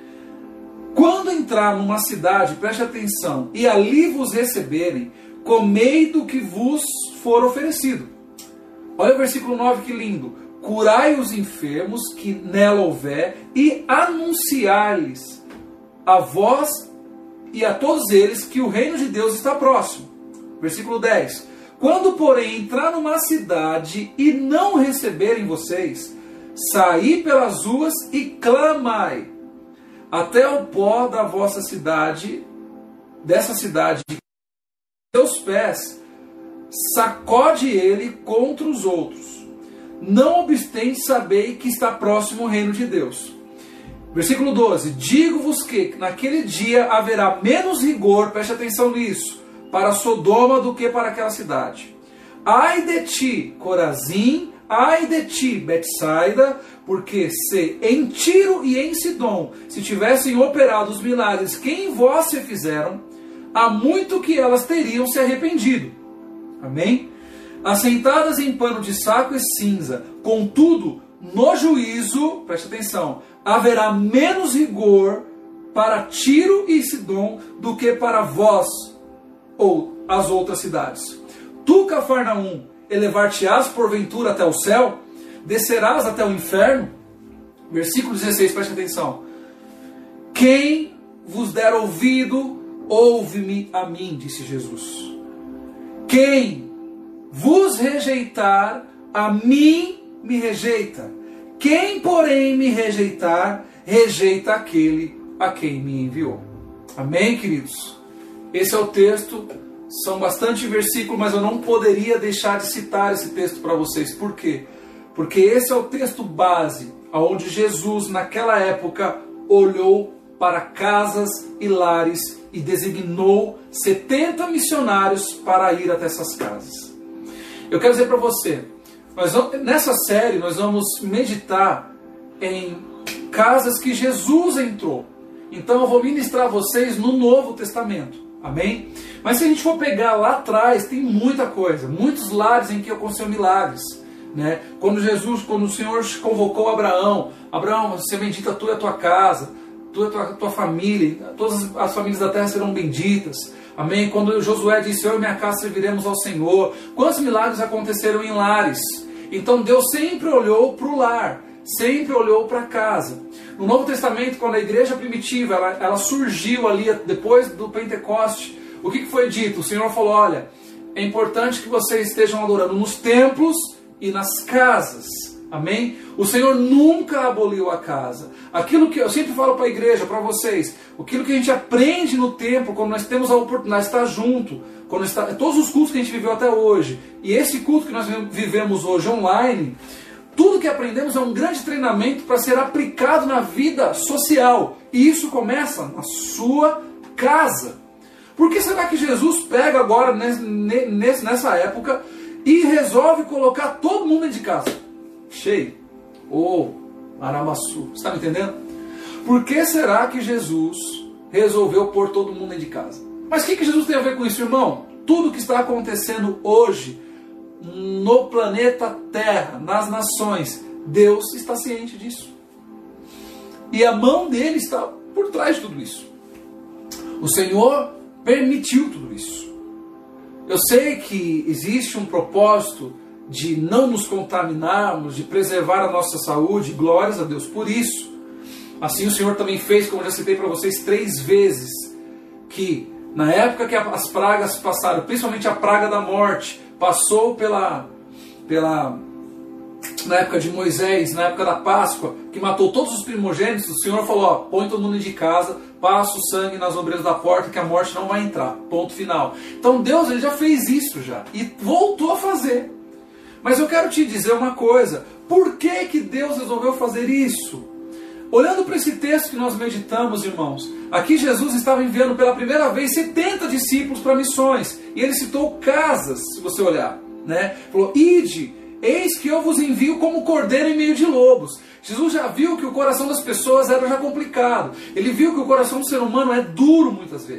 Quando entrar numa cidade, preste atenção, e ali vos receberem, comei do que vos for oferecido. Olha o versículo 9, que lindo. Curai os enfermos que nela houver, e anunciai-lhes a vós e a todos eles que o reino de Deus está próximo. Versículo 10. Quando, porém, entrar numa cidade e não receberem vocês, saí pelas ruas e clamai até o pó da vossa cidade, dessa cidade, seus pés, sacode ele contra os outros. Não obstante, sabei que está próximo o reino de Deus. Versículo 12. Digo-vos que naquele dia haverá menos rigor, preste atenção nisso, para Sodoma do que para aquela cidade. Ai de ti, Corazim, ai de ti, Betsaida, porque se em Tiro e em Sidom se tivessem operado os milagres que em vós se fizeram, há muito que elas teriam se arrependido. Amém? Assentadas em pano de saco e cinza, contudo, no juízo, preste atenção, haverá menos rigor para Tiro e Sidom do que para vós ou as outras cidades. Tu, Cafarnaum, elevar-te-ás porventura até o céu? Descerás até o inferno? Versículo 16, preste atenção. Quem vos der ouvido, ouve-me a mim, disse Jesus. Quem vos rejeitar, a mim me rejeita. Quem, porém, me rejeitar, rejeita aquele a quem me enviou. Amém, queridos? Esse é o texto. São bastante versículos, mas eu não poderia deixar de citar esse texto para vocês. Por quê? Porque esse é o texto base, onde Jesus, naquela época, olhou para casas e lares e designou 70 missionários para ir até essas casas. Eu quero dizer para você, nessa série nós vamos meditar em casas que Jesus entrou. Então eu vou ministrar a vocês no Novo Testamento. Amém? Mas se a gente for pegar lá atrás, tem muita coisa, muitos lares em que aconteceu milagres, né? Quando o Senhor convocou Abraão, ser bendita tu e a tua casa, tu e a tua família, todas as famílias da terra serão benditas. Amém? Quando Josué disse, eu e minha casa serviremos ao Senhor. Quantos milagres aconteceram em lares? Então Deus sempre olhou para o lar, sempre olhou para a casa. No Novo Testamento, quando a igreja primitiva ela surgiu ali depois do Pentecoste, o que foi dito? O Senhor falou, olha, é importante que vocês estejam adorando nos templos e nas casas. Amém? O Senhor nunca aboliu a casa. Aquilo que eu sempre falo para a igreja, para vocês, aquilo que a gente aprende no templo, quando nós temos a oportunidade de estar junto, todos os cultos que a gente viveu até hoje, e esse culto que nós vivemos hoje online, tudo que aprendemos é um grande treinamento para ser aplicado na vida social. E isso começa na sua casa. Por que será que Jesus pega agora, nessa época, e resolve colocar todo mundo dentro de casa? Cheio. Aramassu. Você está me entendendo? Por que será que Jesus resolveu pôr todo mundo dentro de casa? Mas o que Jesus tem a ver com isso, irmão? Tudo que está acontecendo hoje no planeta Terra, nas nações, Deus está ciente disso. E a mão dele está por trás de tudo isso. O Senhor permitiu tudo isso. Eu sei que existe um propósito de não nos contaminarmos, de preservar a nossa saúde, glórias a Deus por isso. Assim o Senhor também fez, como eu já citei para vocês 3 vezes, que na época que as pragas passaram, principalmente a praga da morte, passou na época de Moisés, na época da Páscoa, que matou todos os primogênitos, o Senhor falou, põe todo mundo de casa, passa o sangue nas ombreiras da porta, que a morte não vai entrar, ponto final. Então Deus ele já fez isso já, e voltou a fazer. Mas eu quero te dizer uma coisa, por que Deus resolveu fazer isso? Olhando para esse texto que nós meditamos, irmãos, aqui Jesus estava enviando pela primeira vez 70 discípulos para missões, e ele citou casas, se você olhar, né? Falou, ide, eis que eu vos envio como cordeiro em meio de lobos. Jesus já viu que o coração das pessoas era já complicado, ele viu que o coração do ser humano é duro muitas vezes.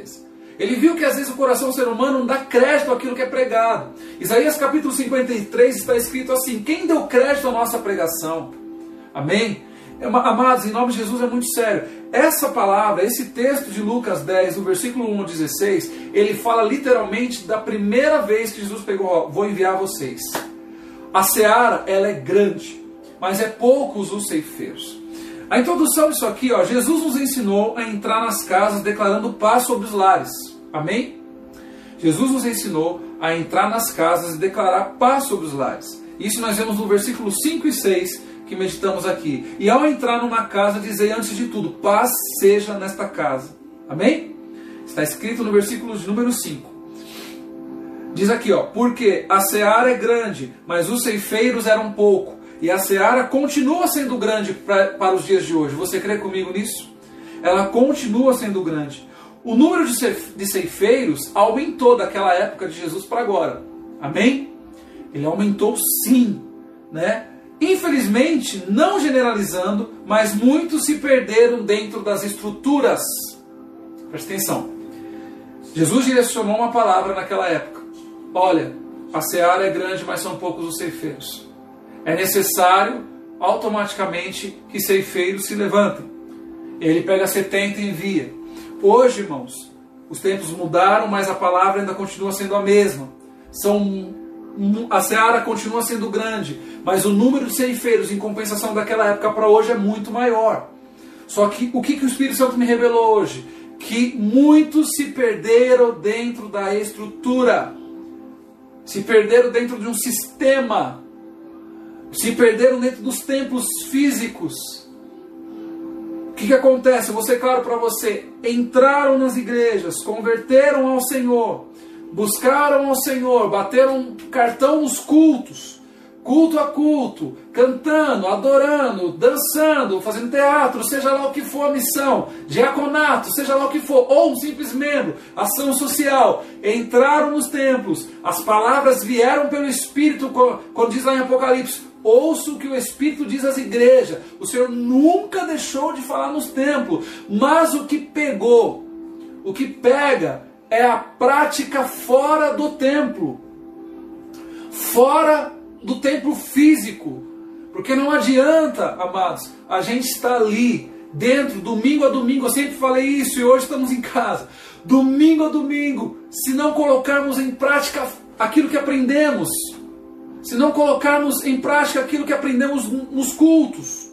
Ele viu que às vezes o coração do ser humano não dá crédito àquilo que é pregado. Isaías capítulo 53 está escrito assim: quem deu crédito à nossa pregação? Amém? Amados, em nome de Jesus é muito sério. Essa palavra, esse texto de Lucas 10, do versículo 1 ao 16, ele fala literalmente da primeira vez que Jesus pegou: ó, vou enviar vocês. A seara, ela é grande, mas é poucos os ceifeiros. A introdução disso aqui, ó, Jesus nos ensinou a entrar nas casas declarando paz sobre os lares. Amém? Jesus nos ensinou a entrar nas casas e declarar paz sobre os lares. Isso nós vemos no versículo 5 e 6 que meditamos aqui. E ao entrar numa casa, dizei antes de tudo: paz seja nesta casa. Amém? Está escrito no versículo de número 5. Diz aqui, ó: porque a seara é grande, mas os ceifeiros eram pouco. E a seara continua sendo grande para os dias de hoje. Você crê comigo nisso? Ela continua sendo grande. O número de ceifeiros aumentou daquela época de Jesus para agora. Amém? Ele aumentou sim, né? Infelizmente, não generalizando, mas muitos se perderam dentro das estruturas. Presta atenção. Jesus direcionou uma palavra naquela época. Olha, a seara é grande, mas são poucos os ceifeiros. É necessário automaticamente que ceifeiros se levantem. Ele pega 70 e envia. Hoje, irmãos, os tempos mudaram, mas a palavra ainda continua sendo a mesma. A seara continua sendo grande, mas o número de ceifeiros em compensação daquela época para hoje é muito maior. Só que o que o Espírito Santo me revelou hoje? Que muitos se perderam dentro da estrutura. Se perderam dentro de um sistema. Se perderam dentro dos templos físicos. O que acontece? Eu vou ser claro para você. Entraram nas igrejas, converteram ao Senhor, buscaram ao Senhor, bateram cartão nos cultos, culto a culto, cantando, adorando, dançando, fazendo teatro, seja lá o que for a missão, diaconato, seja lá o que for, ou um simples membro, ação social, entraram nos templos, as palavras vieram pelo Espírito, quando diz lá em Apocalipse: ouço o que o Espírito diz às igrejas. O Senhor nunca deixou de falar nos templos, mas o que pegou, o que pega é a prática fora do templo, fora do templo físico. Porque não adianta, amados, a gente estar ali dentro, domingo a domingo. Eu sempre falei isso e hoje estamos em casa, domingo a domingo, se não colocarmos em prática aquilo que aprendemos, se não colocarmos em prática aquilo que aprendemos nos cultos.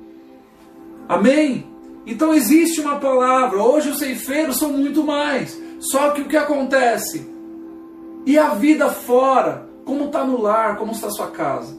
Amém? Então existe uma palavra. Hoje os ceifeiros são muito mais. Só que o que acontece? E a vida fora? Como está no lar? Como está a sua casa?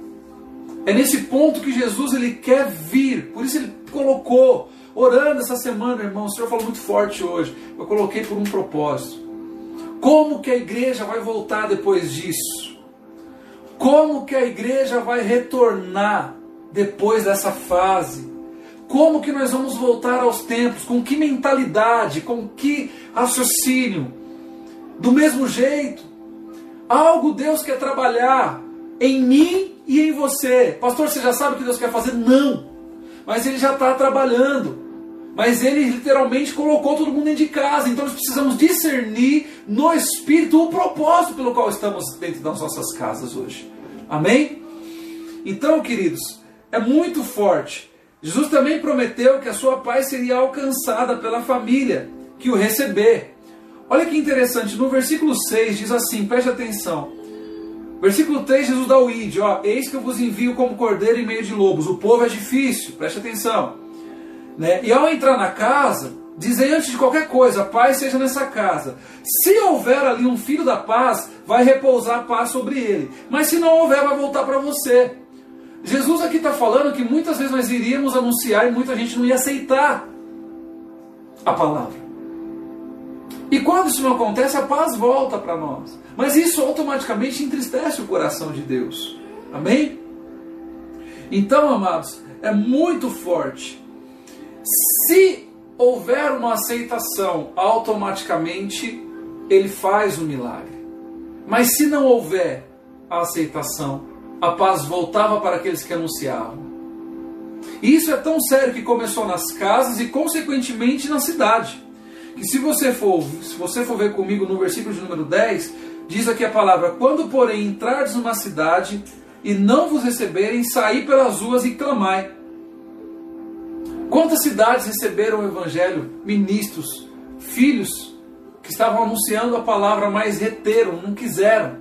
É nesse ponto que Jesus ele quer vir. Por isso ele colocou, orando essa semana, irmão. O Senhor falou muito forte hoje. Eu coloquei por um propósito. Como que a igreja vai voltar depois disso? Como que a igreja vai retornar depois dessa fase? Como que nós vamos voltar aos templos? Com que mentalidade? Com que raciocínio? Do mesmo jeito. Algo Deus quer trabalhar em mim e em você. Pastor, você já sabe o que Deus quer fazer? Não. Mas Ele já está trabalhando. Mas Ele literalmente colocou todo mundo dentro de casa. Então nós precisamos discernir no Espírito o propósito pelo qual estamos dentro das nossas casas hoje. Amém? Então, queridos, é muito forte. Jesus também prometeu que a sua paz seria alcançada pela família que o receber. Olha que interessante, no versículo 6 diz assim, preste atenção. Versículo 3, Jesus dá o id, ó: eis que eu vos envio como cordeiro em meio de lobos. O povo é difícil, preste atenção. Né? E ao entrar na casa, dizem antes de qualquer coisa: paz seja nessa casa. Se houver ali um filho da paz, vai repousar a paz sobre ele. Mas se não houver, vai voltar para você. Jesus aqui está falando que muitas vezes nós iríamos anunciar e muita gente não ia aceitar a palavra. E quando isso não acontece, a paz volta para nós. Mas isso automaticamente entristece o coração de Deus. Amém? Então, amados, é muito forte. Se houver uma aceitação, automaticamente Ele faz o milagre. Mas se não houver a aceitação, a paz voltava para aqueles que anunciavam. E isso é tão sério que começou nas casas e consequentemente na cidade. que se você for ver comigo no versículo de número 10, diz aqui a palavra: quando porém entrardes numa cidade e não vos receberem, saí pelas ruas e clamai. Quantas cidades receberam o evangelho? Ministros, filhos que estavam anunciando a palavra, mas reteram, não quiseram.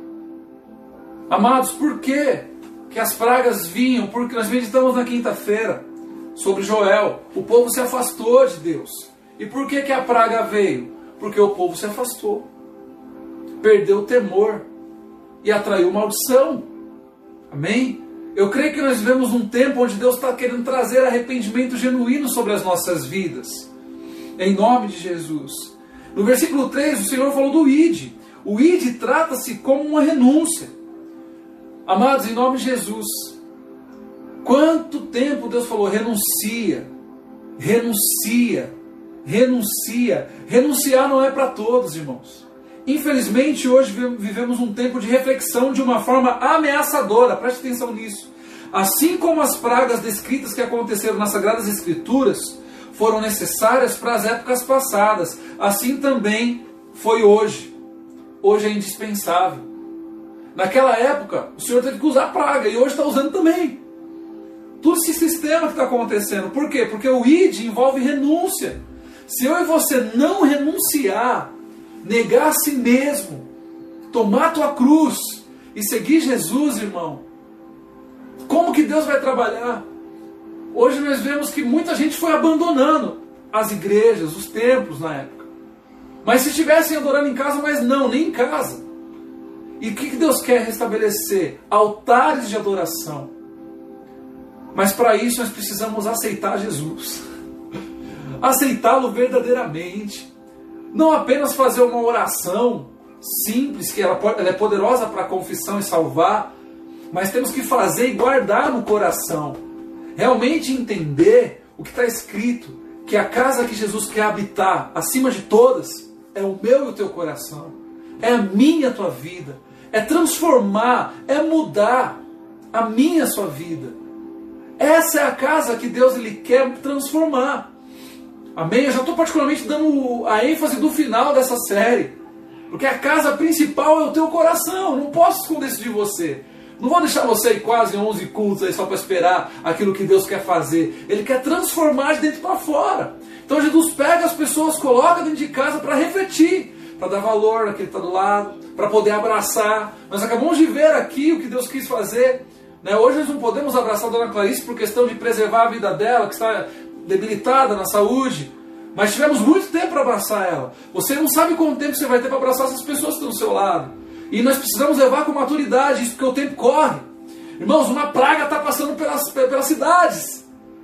Amados, por quê que as pragas vinham? Porque nós meditamos na quinta-feira sobre Joel. O povo se afastou de Deus. E por que que a praga veio? Porque o povo se afastou, perdeu o temor e atraiu maldição. Amém? Eu creio que nós vivemos um tempo onde Deus está querendo trazer arrependimento genuíno sobre as nossas vidas. Em nome de Jesus. No versículo 3, o Senhor falou do ide. O ide trata-se como uma renúncia. Amados, em nome de Jesus, quanto tempo Deus falou: renuncia, renuncia, renuncia. Renunciar não é para todos, irmãos. Infelizmente, hoje vivemos um tempo de reflexão de uma forma ameaçadora. Preste atenção nisso. Assim como as pragas descritas que aconteceram nas Sagradas Escrituras foram necessárias para as épocas passadas, assim também foi hoje. Hoje é indispensável. Naquela época, o Senhor teve que usar praga, e hoje está usando também. Todo esse sistema que está acontecendo. Por quê? Porque o id envolve renúncia. Se eu e você não renunciar, negar a si mesmo, tomar a tua cruz e seguir Jesus, irmão, como que Deus vai trabalhar? Hoje nós vemos que muita gente foi abandonando as igrejas, os templos na época. Mas se estivessem adorando em casa, mas não, nem em casa. E o que Deus quer restabelecer? Altares de adoração. Mas para isso nós precisamos aceitar Jesus. Aceitá-lo verdadeiramente. Não apenas fazer uma oração simples, que ela é poderosa para a confissão e salvar, mas temos que fazer e guardar no coração. Realmente entender o que está escrito, que a casa que Jesus quer habitar, acima de todas, é o meu e o teu coração. É a minha e a tua vida. É transformar, é mudar a minha e a sua vida. Essa é a casa que Deus ele quer transformar. Amém? Eu já estou particularmente dando a ênfase do final dessa série. Porque a casa principal é o teu coração. Não posso esconder isso de você. Não vou deixar você ir quase 11 cultos aí só para esperar aquilo que Deus quer fazer. Ele quer transformar de dentro para fora. Então Jesus pega as pessoas, coloca dentro de casa para refletir, para dar valor naquele que está do lado, para poder abraçar. Nós acabamos de ver aqui o que Deus quis fazer. Hoje nós não podemos abraçar a Dona Clarice por questão de preservar a vida dela, que está debilitada na saúde. Mas tivemos muito tempo para abraçar ela. Você não sabe quanto tempo você vai ter para abraçar essas pessoas que estão do seu lado. E nós precisamos levar com maturidade isso, porque o tempo corre. Irmãos, uma praga está passando pelas cidades.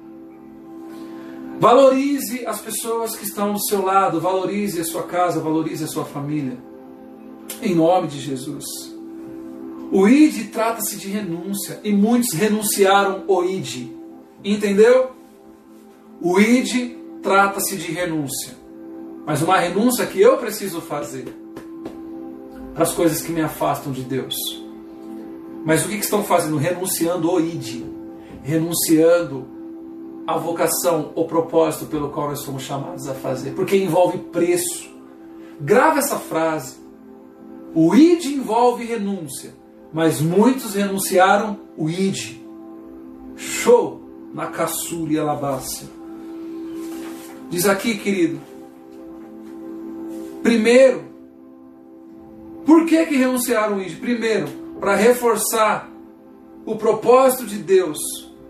Valorize as pessoas que estão do seu lado. Valorize a sua casa, valorize a sua família. Em nome de Jesus. O id trata-se de renúncia. E muitos renunciaram o id. Entendeu? O id trata-se de renúncia. Mas uma renúncia que eu preciso fazer para as coisas que me afastam de Deus. Mas o que estão fazendo? Renunciando o id. Renunciando a vocação, o propósito pelo qual nós somos chamados a fazer. Porque envolve preço. Grava essa frase. O id envolve renúncia. Mas muitos renunciaram o id. Show! Na caçula e alabácia. Diz aqui, querido. Primeiro, por que renunciaram o id? Primeiro, para reforçar o propósito de Deus.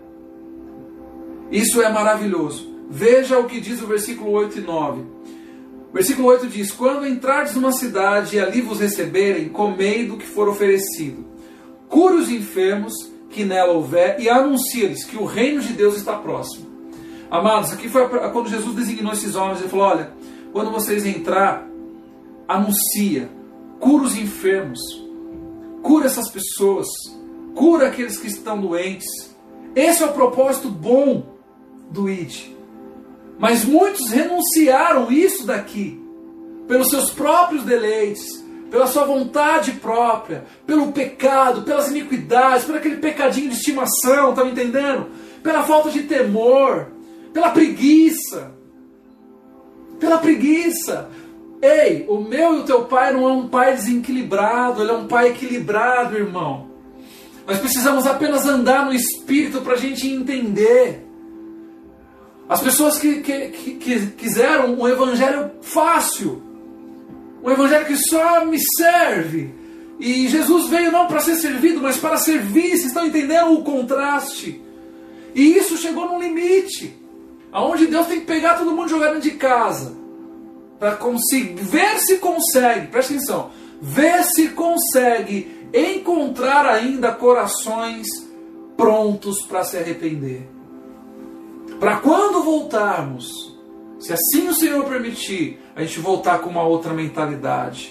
Isso é maravilhoso. Veja o que diz o versículo 8 e 9. O versículo 8 diz: quando entrardes numa cidade e ali vos receberem, comei do que for oferecido. Cure os enfermos que nela houver e anuncia-lhes que o reino de Deus está próximo. Amados, aqui foi quando Jesus designou esses homens. Ele falou: olha, quando vocês entrar, anuncia, cura os enfermos, cura essas pessoas, cura aqueles que estão doentes. Esse é o propósito bom do id. Mas muitos renunciaram isso daqui, pelos seus próprios deleites, pela sua vontade própria, pelo pecado, pelas iniquidades, por aquele pecadinho de estimação, tá me entendendo? Pela falta de temor, pela preguiça. Pela preguiça. Ei, o meu e o teu pai não é um pai desequilibrado, ele é um pai equilibrado, irmão. Nós precisamos apenas andar no Espírito para a gente entender. As pessoas que quiseram um evangelho fácil, um evangelho que só me serve. E Jesus veio não para ser servido, mas para servir. Vocês estão entendendo o contraste? E isso chegou num limite, aonde Deus tem que pegar todo mundo e jogar dentro de casa, para conseguir ver se consegue, presta atenção, ver se consegue encontrar ainda corações prontos para se arrepender. Para quando voltarmos, se assim o Senhor permitir, a gente voltar com uma outra mentalidade.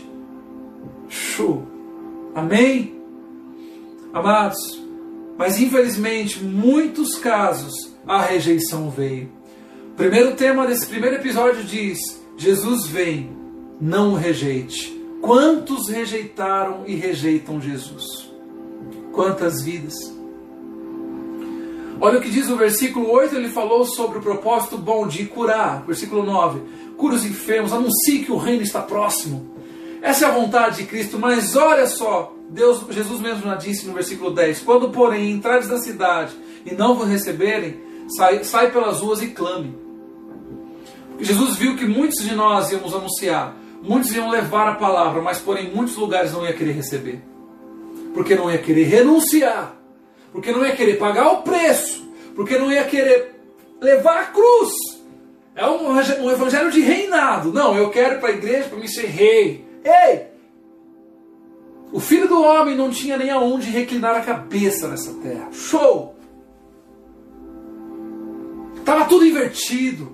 Amém? Amados, mas infelizmente, em muitos casos, a rejeição veio. O primeiro tema desse primeiro episódio diz: Jesus vem, não o rejeite. Quantos rejeitaram e rejeitam Jesus? Quantas vidas? Olha o que diz o versículo 8, ele falou sobre o propósito bom de curar. Versículo 9: cura os enfermos, anuncie que o reino está próximo. Essa é a vontade de Cristo, mas olha só, Jesus mesmo já disse no versículo 10: quando porém entrares na cidade e não vos receberem, sai pelas ruas e clame. Porque Jesus viu que muitos de nós íamos anunciar, muitos iam levar a palavra, mas porém em muitos lugares não ia querer receber. Porque não ia querer renunciar, porque não ia querer pagar o preço, porque não ia querer levar a cruz. É um evangelho de reinado. Não, eu quero ir para a igreja para me ser rei. Ei! O Filho do Homem não tinha nem aonde reclinar a cabeça nessa terra. Show! Estava tudo invertido.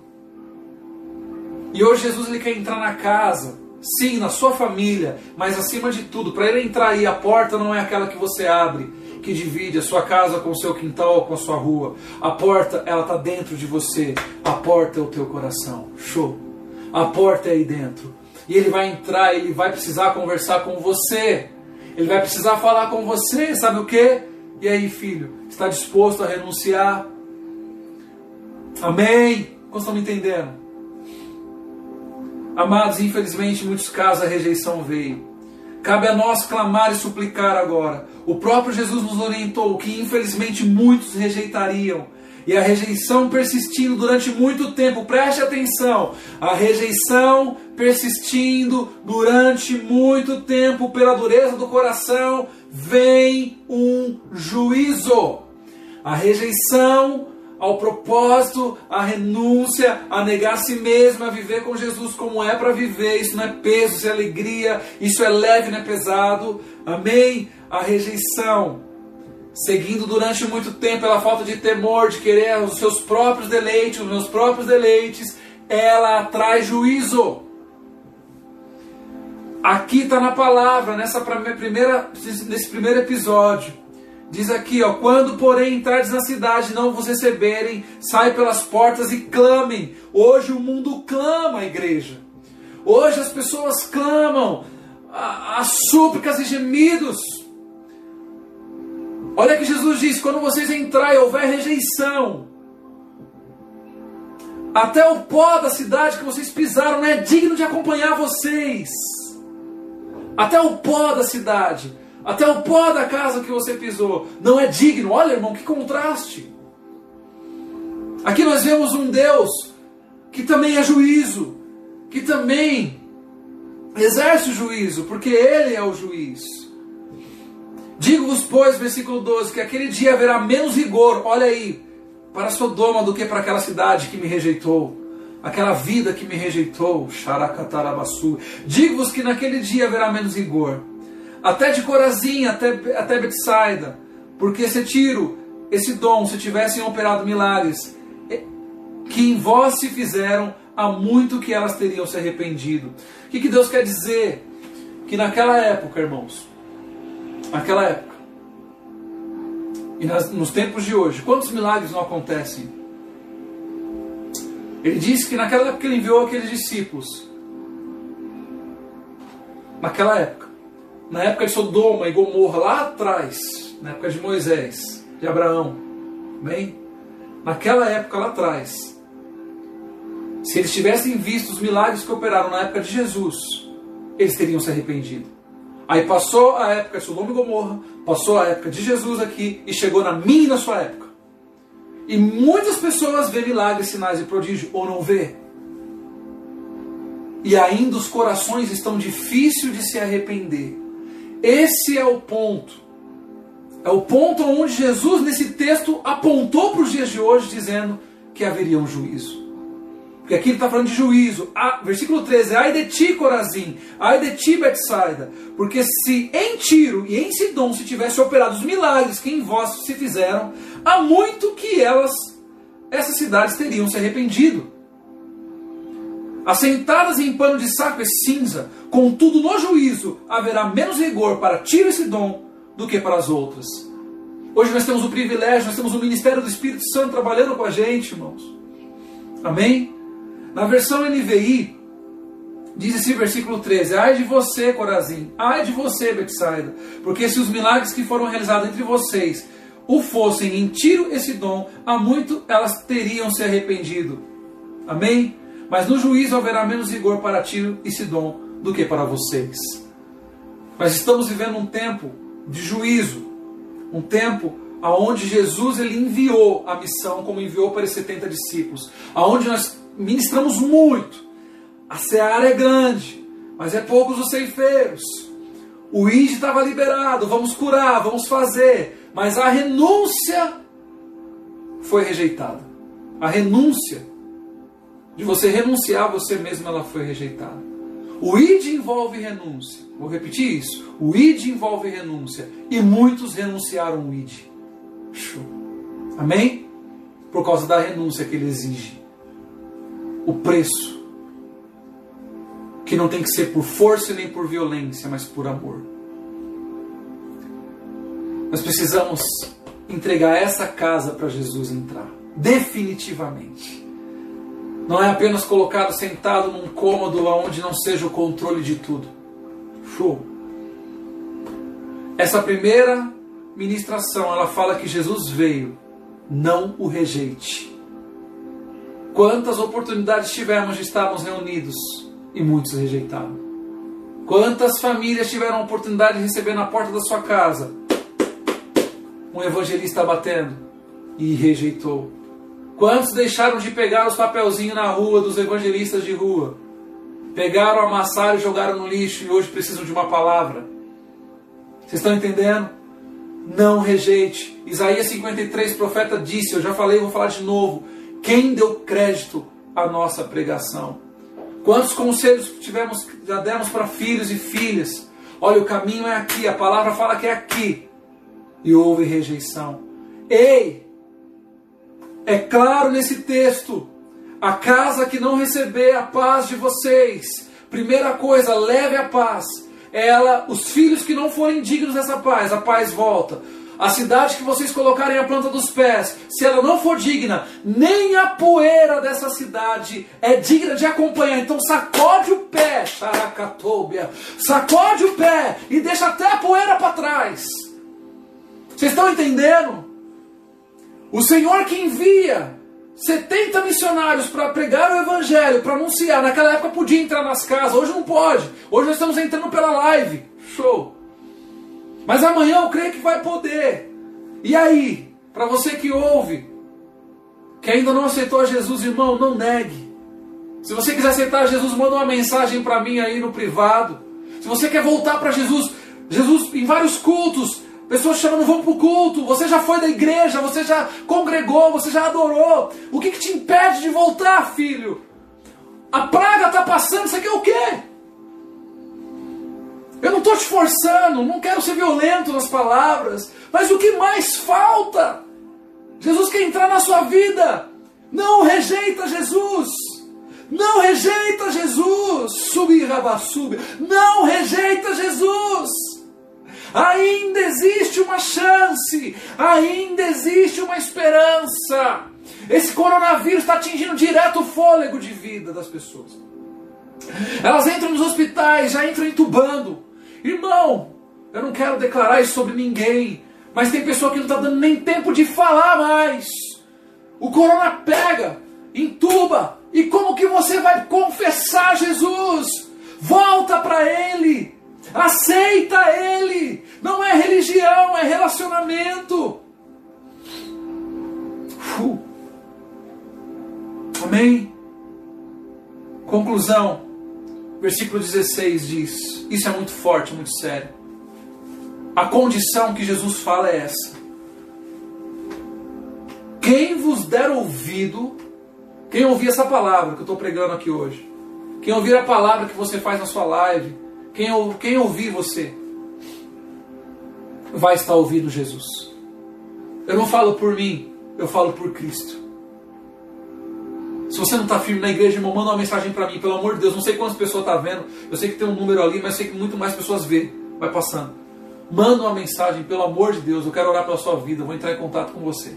E hoje Jesus ele quer entrar na casa, sim, na sua família, mas acima de tudo, para ele entrar aí, a porta não é aquela que você abre, que divide a sua casa com o seu quintal ou com a sua rua. A porta, ela está dentro de você. A porta é o teu coração. Show! A porta é aí dentro. E ele vai entrar, ele vai precisar conversar com você. Ele vai precisar falar com você, sabe o quê? E aí, filho, está disposto a renunciar? Amém? Como estão me entendendo? Amados, infelizmente, em muitos casos a rejeição veio. Cabe a nós clamar e suplicar agora. O próprio Jesus nos orientou que infelizmente muitos rejeitariam. E a rejeição persistindo durante muito tempo, preste atenção, a rejeição persistindo durante muito tempo pela dureza do coração, vem um juízo. A rejeição ao propósito, a renúncia, a negar a si mesmo, a viver com Jesus como é para viver. Isso não é peso, isso é alegria, isso é leve, não é pesado. Amém? A rejeição, seguindo durante muito tempo pela falta de temor, de querer os seus próprios deleites, os meus próprios deleites, ela atrai juízo. Aqui está na palavra, nesse primeiro episódio. Diz aqui, ó, quando porém entrardes na cidade e não vos receberem, sai pelas portas e clamem. Hoje o mundo clama, igreja. Hoje as pessoas clamam, as súplicas e gemidos. Olha que Jesus diz, quando vocês entrarem e houver rejeição, até o pó da cidade que vocês pisaram não é digno de acompanhar vocês. Até o pó da cidade, até o pó da casa que você pisou, não é digno. Olha, irmão, que contraste. Aqui nós vemos um Deus que também é juízo, que também exerce o juízo, porque Ele é o juiz. Digo-vos, pois, versículo 12, que aquele dia haverá menos rigor, olha aí, para Sodoma do que para aquela cidade que me rejeitou, aquela vida que me rejeitou, Xaracatarabaçu. Digo-vos que naquele dia haverá menos rigor, até de Corazim, até Betsaida, porque se Tiro, esse dom, se tivessem operado milagres, que em vós se fizeram, há muito que elas teriam se arrependido. O que Deus quer dizer? Que naquela época, irmãos, naquela época, e nos tempos de hoje, quantos milagres não acontecem? Ele disse que naquela época ele enviou aqueles discípulos. Naquela época, na época de Sodoma e Gomorra, lá atrás, na época de Moisés, de Abraão, bem? Naquela época lá atrás, Se eles tivessem visto os milagres que operaram na época de Jesus, eles teriam se arrependido. Aí passou a época de Sodoma e Gomorra, passou a época de Jesus aqui e chegou na minha e na sua época. E muitas pessoas vê milagres, sinais e prodígio ou não vê. E ainda os corações estão difíceis de se arrepender. Esse é o ponto. É o ponto onde Jesus, nesse texto, apontou para os dias de hoje, dizendo que haveria um juízo. Porque aqui ele está falando de juízo. Versículo 13. Ai de ti, Corazim. Ai de ti, Betsaida. Porque se em Tiro e em Sidom se tivesse operado os milagres que em vós se fizeram, há muito que essas cidades teriam se arrependido. Assentadas em pano de saco e cinza, contudo no juízo haverá menos rigor para Tiro e Sidom do que para as outras. Hoje nós temos o privilégio, nós temos o ministério do Espírito Santo trabalhando com a gente, irmãos. Amém? Na versão NVI, diz esse versículo 13: ai de você, Corazim, ai de você, Betsaida, porque se os milagres que foram realizados entre vocês o fossem em Tiro e Sidom, há muito elas teriam se arrependido. Amém? Mas no juízo haverá menos rigor para Tiro e Sidom do que para vocês. Nós estamos vivendo um tempo de juízo, um tempo onde Jesus ele enviou a missão, como enviou para os 70 discípulos, aonde nós ministramos muito. A seara é grande, mas é poucos os ceifeiros. O ID estava liberado, vamos curar, vamos fazer, mas a renúncia foi rejeitada. A renúncia de você renunciar a você mesmo, ela foi rejeitada. O ID envolve renúncia. Vou repetir isso. O ID envolve renúncia. E muitos renunciaram o ID. Show. Amém? Por causa da renúncia que ele exige. O preço. Que não tem que ser por força nem por violência, mas por amor. Nós precisamos entregar essa casa para Jesus entrar. Definitivamente. Não é apenas colocado sentado num cômodo onde não seja o controle de tudo. Show. Essa primeira ministração, ela fala que Jesus veio. Não o rejeite. Quantas oportunidades tivemos de estarmos reunidos e muitos rejeitaram. Quantas famílias tiveram a oportunidade de receber na porta da sua casa um evangelista batendo e rejeitou. Quantos deixaram de pegar os papelzinhos na rua dos evangelistas de rua? Pegaram, amassaram e jogaram no lixo e hoje precisam de uma palavra. Vocês estão entendendo? Não rejeite. Isaías 53, profeta disse, eu já falei, vou falar de novo. Quem deu crédito à nossa pregação? Quantos conselhos já demos para filhos e filhas? Olha, o caminho é aqui, a palavra fala que é aqui. E houve rejeição. Ei! É claro nesse texto, a casa que não receber a paz de vocês, primeira coisa, leve a paz. Os filhos que não forem dignos dessa paz, a paz volta. A cidade que vocês colocarem a planta dos pés, se ela não for digna, nem a poeira dessa cidade é digna de acompanhar. Então sacode o pé, Xaracatobia, sacode o pé e deixa até a poeira para trás. Vocês estão entendendo? O Senhor que envia 70 missionários para pregar o Evangelho, para anunciar. Naquela época podia entrar nas casas, hoje não pode. Hoje nós estamos entrando pela live. Show! Mas amanhã eu creio que vai poder. E aí, para você que ouve, que ainda não aceitou a Jesus, irmão, não negue. Se você quiser aceitar Jesus, manda uma mensagem para mim aí no privado. Se você quer voltar para Jesus em vários cultos, pessoas chamando, vamos para o culto, você já foi da igreja, você já congregou, você já adorou. O que te impede de voltar, filho? A praga está passando, você quer o quê? Eu não estou te forçando, não quero ser violento nas palavras, mas o que mais falta? Jesus quer entrar na sua vida. Não rejeita Jesus. Não rejeita Jesus. Subirrabassube. Não rejeita Jesus. Ainda existe uma chance, ainda existe uma esperança. Esse coronavírus está atingindo direto o fôlego de vida das pessoas. Elas entram nos hospitais, já entram entubando. Irmão, eu não quero declarar isso sobre ninguém, mas tem pessoa que não está dando nem tempo de falar mais. O corona pega, entuba, E como que você vai confessar Jesus? Volta para Ele. Aceita Ele. Não é religião, é relacionamento. Amém? Conclusão. Versículo 16 diz, isso é muito forte, muito sério. A condição que Jesus fala é essa. Quem vos der ouvido, quem ouvir essa palavra que eu estou pregando aqui hoje, quem ouvir a palavra que você faz na sua live, quem ouvir você, vai estar ouvindo Jesus. Eu não falo por mim, eu falo por Cristo. Se você não está firme na igreja, irmão, manda uma mensagem para mim, pelo amor de Deus. Não sei quantas pessoas estão vendo, eu sei que tem um número ali, mas eu sei que muito mais pessoas vê, vai passando. Manda uma mensagem, pelo amor de Deus, eu quero orar pela sua vida, eu vou entrar em contato com você.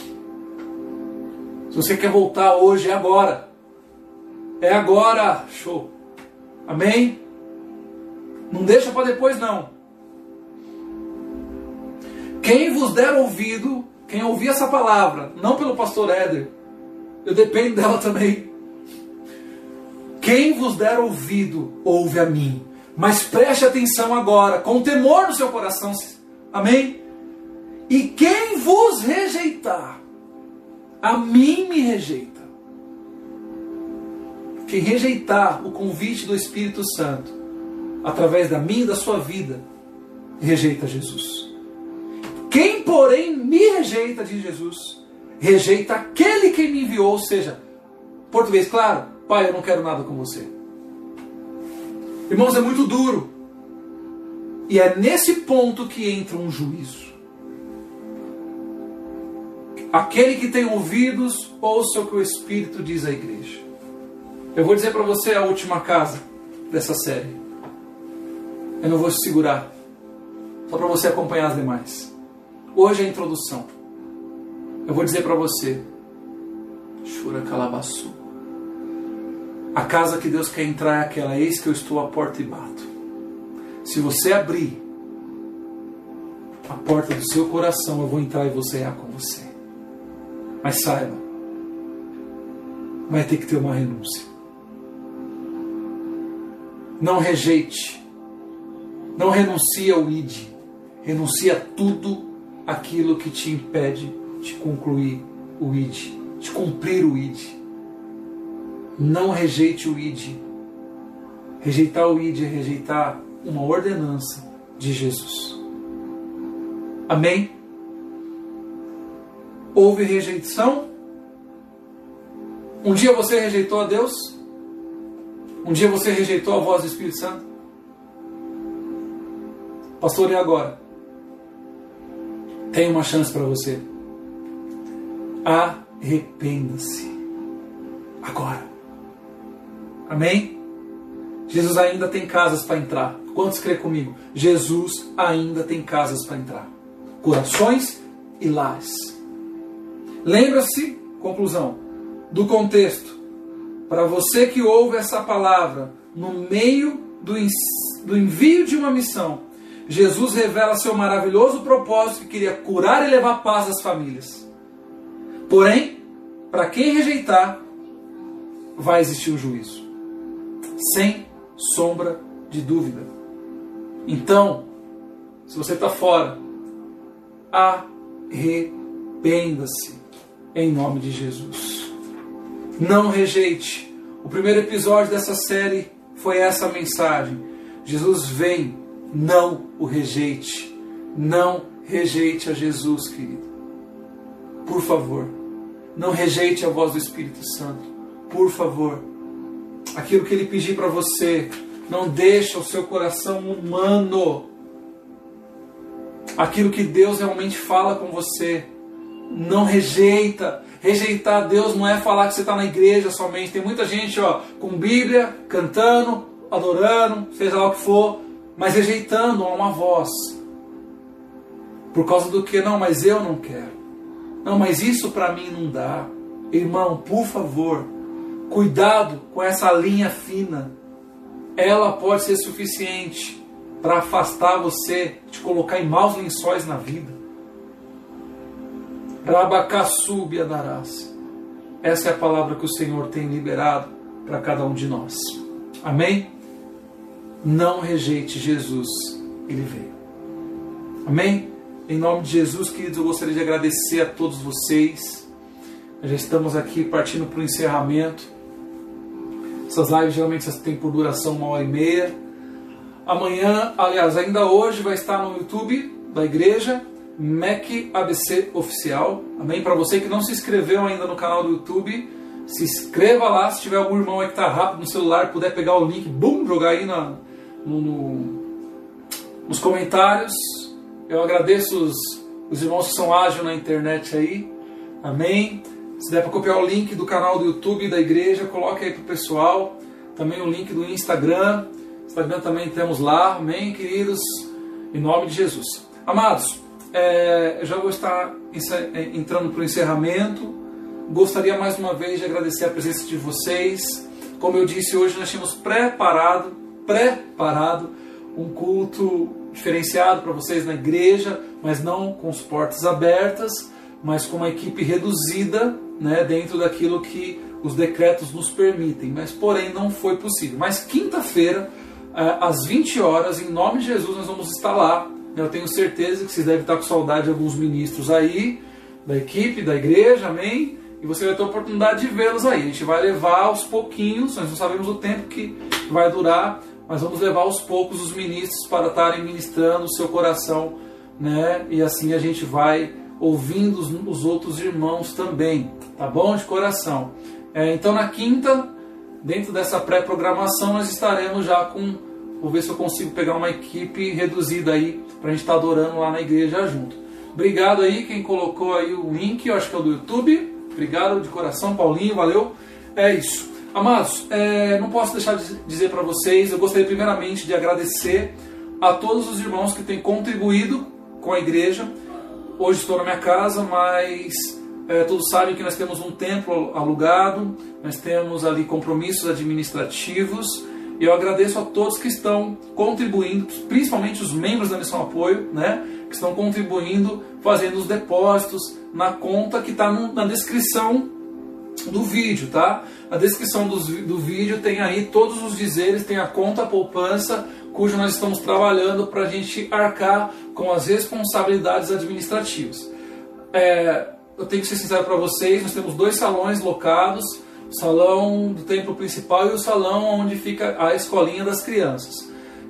Se você quer voltar hoje, é agora. É agora. Show. Amém? Não deixa para depois, não. Quem vos der ouvido, quem ouvir essa palavra, não pelo pastor Éder, eu dependo dela também. Quem vos der ouvido, ouve a mim. Mas preste atenção agora, com temor no seu coração. Amém? E quem vos rejeitar, a mim me rejeita. Quem rejeitar o convite do Espírito Santo, através da minha e da sua vida, rejeita Jesus. Quem, porém, me rejeita, diz Jesus, rejeita aquele que me enviou, ou seja, português claro, Pai, eu não quero nada com você. Irmãos, é muito duro. E é nesse ponto que entra um juízo. Aquele que tem ouvidos, ouça o que o Espírito diz à igreja. Eu vou dizer para você a última casa dessa série. Eu não vou te segurar, só para você acompanhar as demais. Hoje é a introdução. Eu vou dizer para você, Shura Calabaçu. A casa que Deus quer entrar é aquela, eis que eu estou à porta e bato. Se você abrir a porta do seu coração, eu vou entrar e vou cear com você. Mas saiba, vai ter que ter uma renúncia. Não rejeite, não renuncie ao ID, renuncie a tudo aquilo que te impede de concluir o ID, de cumprir o ID. Não rejeite o ID. Rejeitar o ID é rejeitar uma ordenança de Jesus. Amém? Houve rejeição? Um dia você rejeitou a Deus? Um dia você rejeitou a voz do Espírito Santo? Pastor, e agora? Tem uma chance para você. Arrependa-se. Agora. Amém? Jesus ainda tem casas para entrar. Quantos crê comigo? Jesus ainda tem casas para entrar. Corações e lares. Lembra-se, conclusão, do contexto. Para você que ouve essa palavra, no meio do envio de uma missão, Jesus revela seu maravilhoso propósito que queria curar e levar paz às famílias. Porém, para quem rejeitar, vai existir um juízo. Sem sombra de dúvida. Então, se você está fora, arrependa-se em nome de Jesus. Não rejeite. O primeiro episódio dessa série foi essa mensagem. Jesus vem, não o rejeite. Não rejeite a Jesus, querido. Por favor, não rejeite a voz do Espírito Santo. Por favor, aquilo que Ele pedir para você, não deixa o seu coração humano. Aquilo que Deus realmente fala com você, não rejeita. Rejeitar Deus não é falar que você está na igreja somente. Tem muita gente com Bíblia, cantando, adorando, seja lá o que for, mas rejeitando a uma voz. Por causa do que? Não, mas eu não quero. Não, mas isso para mim não dá. Irmão, por favor, cuidado com essa linha fina. Ela pode ser suficiente para afastar você, te colocar em maus lençóis na vida. Rabacaçu biadarás. Essa é a palavra que o Senhor tem liberado para cada um de nós. Amém? Não rejeite Jesus, Ele veio. Amém? Em nome de Jesus, queridos, eu gostaria de agradecer a todos vocês. Já estamos aqui partindo para o encerramento. Essas lives geralmente têm por duração 1h30. Amanhã, aliás, ainda hoje vai estar no YouTube da igreja, MEC ABC Oficial. Amém? Para você que não se inscreveu ainda no canal do YouTube, se inscreva lá. Se tiver algum irmão aí que está rápido no celular, puder pegar o link, jogar aí nos comentários. Eu agradeço os irmãos que são ágeis na internet aí. Amém? Se der para copiar o link do canal do YouTube da igreja, coloque aí para o pessoal. Também o link do Instagram. Instagram também temos lá. Amém, queridos? Em nome de Jesus. Amados, eu já vou estar entrando para o encerramento. Gostaria mais uma vez de agradecer a presença de vocês. Como eu disse, hoje nós tínhamos preparado um culto diferenciado para vocês na igreja, mas não com as portas abertas, mas com uma equipe reduzida, né, dentro daquilo que os decretos nos permitem. Mas, porém, não foi possível. Mas quinta-feira, às 20 horas, em nome de Jesus, nós vamos estar lá. Eu tenho certeza que vocês devem estar com saudade de alguns ministros aí, da equipe, da igreja, amém? E você vai ter a oportunidade de vê-los aí. A gente vai levar aos pouquinhos, nós não sabemos o tempo que vai durar, mas vamos levar aos poucos os ministros para estarem ministrando o seu coração, né? E assim a gente vai ouvindo os outros irmãos também, tá bom? De coração. Então na quinta, dentro dessa pré-programação, nós estaremos já com... Vou ver se eu consigo pegar uma equipe reduzida aí, para a gente estar adorando lá na igreja junto. Obrigado aí quem colocou aí o link, eu acho que é o do YouTube. Obrigado de coração, Paulinho, valeu. É isso. Amados, não posso deixar de dizer para vocês, eu gostaria primeiramente de agradecer a todos os irmãos que têm contribuído com a igreja. Hoje estou na minha casa, mas todos sabem que nós temos um templo alugado, nós temos ali compromissos administrativos, e eu agradeço a todos que estão contribuindo, principalmente os membros da Missão Apoio, né, que estão contribuindo, fazendo os depósitos na conta que está na descrição do vídeo, tá? A descrição do vídeo tem aí todos os dizeres, tem a conta poupança, cujo nós estamos trabalhando para a gente arcar com as responsabilidades administrativas. Eu tenho que ser sincero para vocês, nós temos 2 salões locados, o salão do templo principal e o salão onde fica a escolinha das crianças.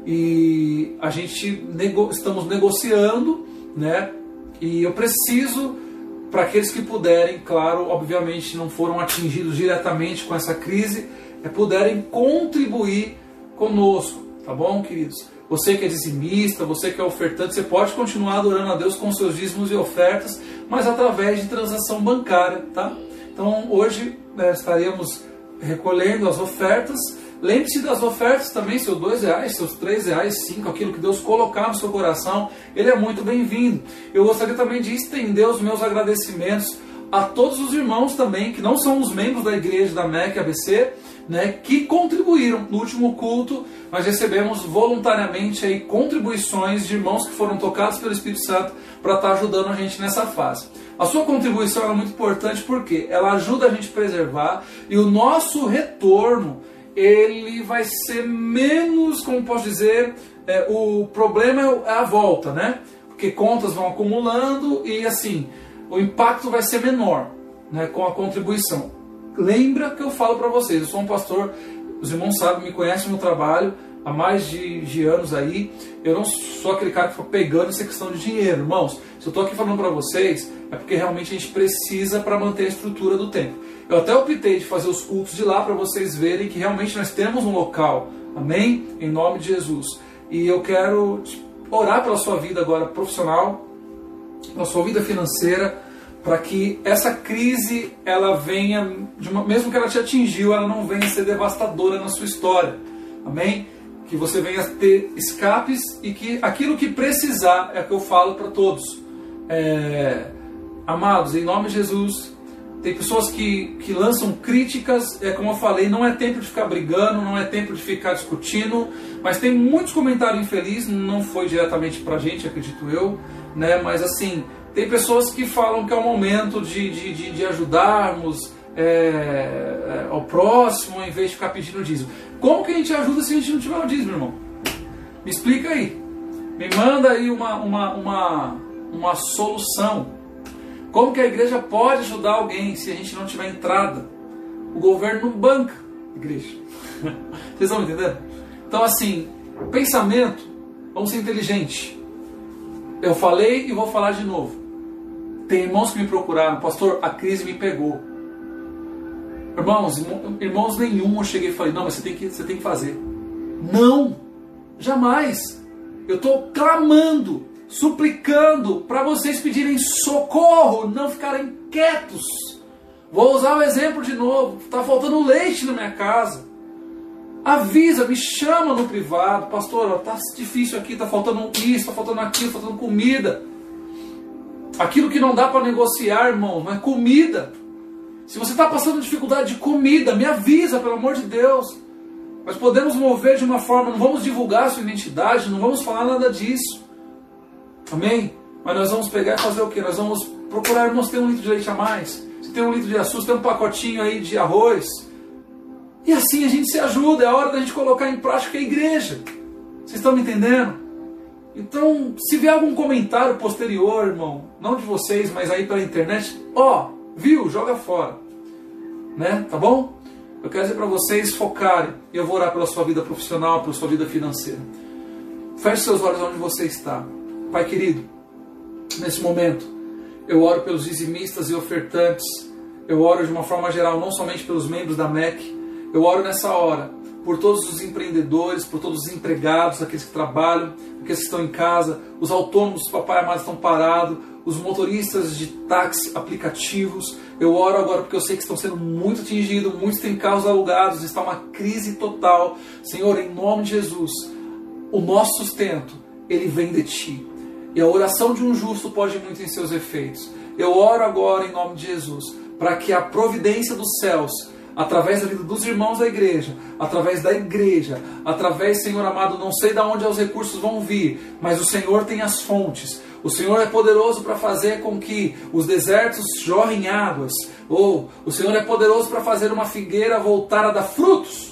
E a gente estamos negociando, né? E eu preciso, para aqueles que puderem, claro, obviamente não foram atingidos diretamente com essa crise, puderem contribuir conosco, tá bom, queridos? Você que é dizimista, você que é ofertante, você pode continuar adorando a Deus com seus dízimos e ofertas, mas através de transação bancária, tá? Então hoje estaremos recolhendo as ofertas. Lembre-se das ofertas também, seus R$2, seus R$3, 5, aquilo que Deus colocar no seu coração, ele é muito bem-vindo. Eu gostaria também de estender os meus agradecimentos a todos os irmãos também, que não são os membros da igreja da MEC ABC, né, que contribuíram. No último culto, nós recebemos voluntariamente aí contribuições de irmãos que foram tocados pelo Espírito Santo para estar ajudando a gente nessa fase. A sua contribuição é muito importante porque ela ajuda a gente a preservar, e o nosso retorno ele vai ser menos, como posso dizer, o problema é a volta, né? Porque contas vão acumulando e assim, o impacto vai ser menor, né, com a contribuição. Lembra que eu falo para vocês, eu sou um pastor, os irmãos sabem, me conhecem no meu trabalho há mais de anos aí, eu não sou aquele cara que fica pegando essa questão de dinheiro, irmãos. Se eu estou aqui falando para vocês, é porque realmente a gente precisa para manter a estrutura do templo. Eu até optei de fazer os cultos de lá para vocês verem que realmente nós temos um local, amém? Em nome de Jesus. E eu quero orar pela sua vida agora profissional, pela sua vida financeira, para que essa crise, ela venha, mesmo que ela te atingiu, ela não venha ser devastadora na sua história, amém? Que você venha ter escapes e que aquilo que precisar, é o que eu falo para todos. Amados, em nome de Jesus, tem pessoas que lançam críticas, como eu falei, não é tempo de ficar brigando, não é tempo de ficar discutindo, mas tem muitos comentários infelizes, não foi diretamente pra gente, acredito eu, né? Mas assim, tem pessoas que falam que é o momento de ajudarmos, ao próximo, ao invés de ficar pedindo dízimo. Como que a gente ajuda se a gente não tiver o dízimo, irmão? Me explica aí. Me manda aí uma solução. Como que a igreja pode ajudar alguém se a gente não tiver entrada? O governo não banca a igreja. Vocês estão entendendo? Então assim, pensamento, vamos ser inteligentes. Eu falei e vou falar de novo. Tem irmãos que me procuraram, pastor, a crise me pegou. Irmãos nenhum eu cheguei e falei, não, mas você tem que fazer. Não, jamais. Eu estou clamando, suplicando para vocês pedirem socorro, não ficarem quietos. Vou usar o exemplo de novo. Está faltando leite na minha casa. Avisa, me chama no privado. Pastor, está difícil aqui, está faltando isso, está faltando aquilo, está faltando comida. Aquilo que não dá para negociar, irmão, não é comida. Se você está passando dificuldade de comida, me avisa, pelo amor de Deus. Nós podemos mover de uma forma, não vamos divulgar a sua identidade, não vamos falar nada disso. Amém? Mas nós vamos pegar e fazer o quê? Nós vamos procurar, irmãos, tem um litro de leite a mais. Se tem um litro de açúcar, tem um pacotinho aí de arroz. E assim a gente se ajuda, é a hora da gente colocar em prática a igreja. Vocês estão me entendendo? Então, se vier algum comentário posterior, irmão, não de vocês, mas aí pela internet, viu? Joga fora. Né? Tá bom? Eu quero dizer para vocês focarem, e eu vou orar pela sua vida profissional, pela sua vida financeira. Feche seus olhos onde você está. Pai querido, nesse momento, eu oro pelos dizimistas e ofertantes, eu oro de uma forma geral, não somente pelos membros da MEC, eu oro nessa hora por todos os empreendedores, por todos os empregados, aqueles que trabalham, aqueles que estão em casa, os autônomos, papai amado, estão parados, os motoristas de táxi, aplicativos. Eu oro agora porque eu sei que estão sendo muito atingidos, muitos têm carros alugados, está uma crise total. Senhor, em nome de Jesus, o nosso sustento, ele vem de Ti. E a oração de um justo pode muito em seus efeitos. Eu oro agora em nome de Jesus, para que a providência dos céus, através da vida dos irmãos da igreja, através, Senhor amado, não sei de onde os recursos vão vir, mas o Senhor tem as fontes. O Senhor é poderoso para fazer com que os desertos jorrem águas. O Senhor é poderoso para fazer uma figueira voltar a dar frutos.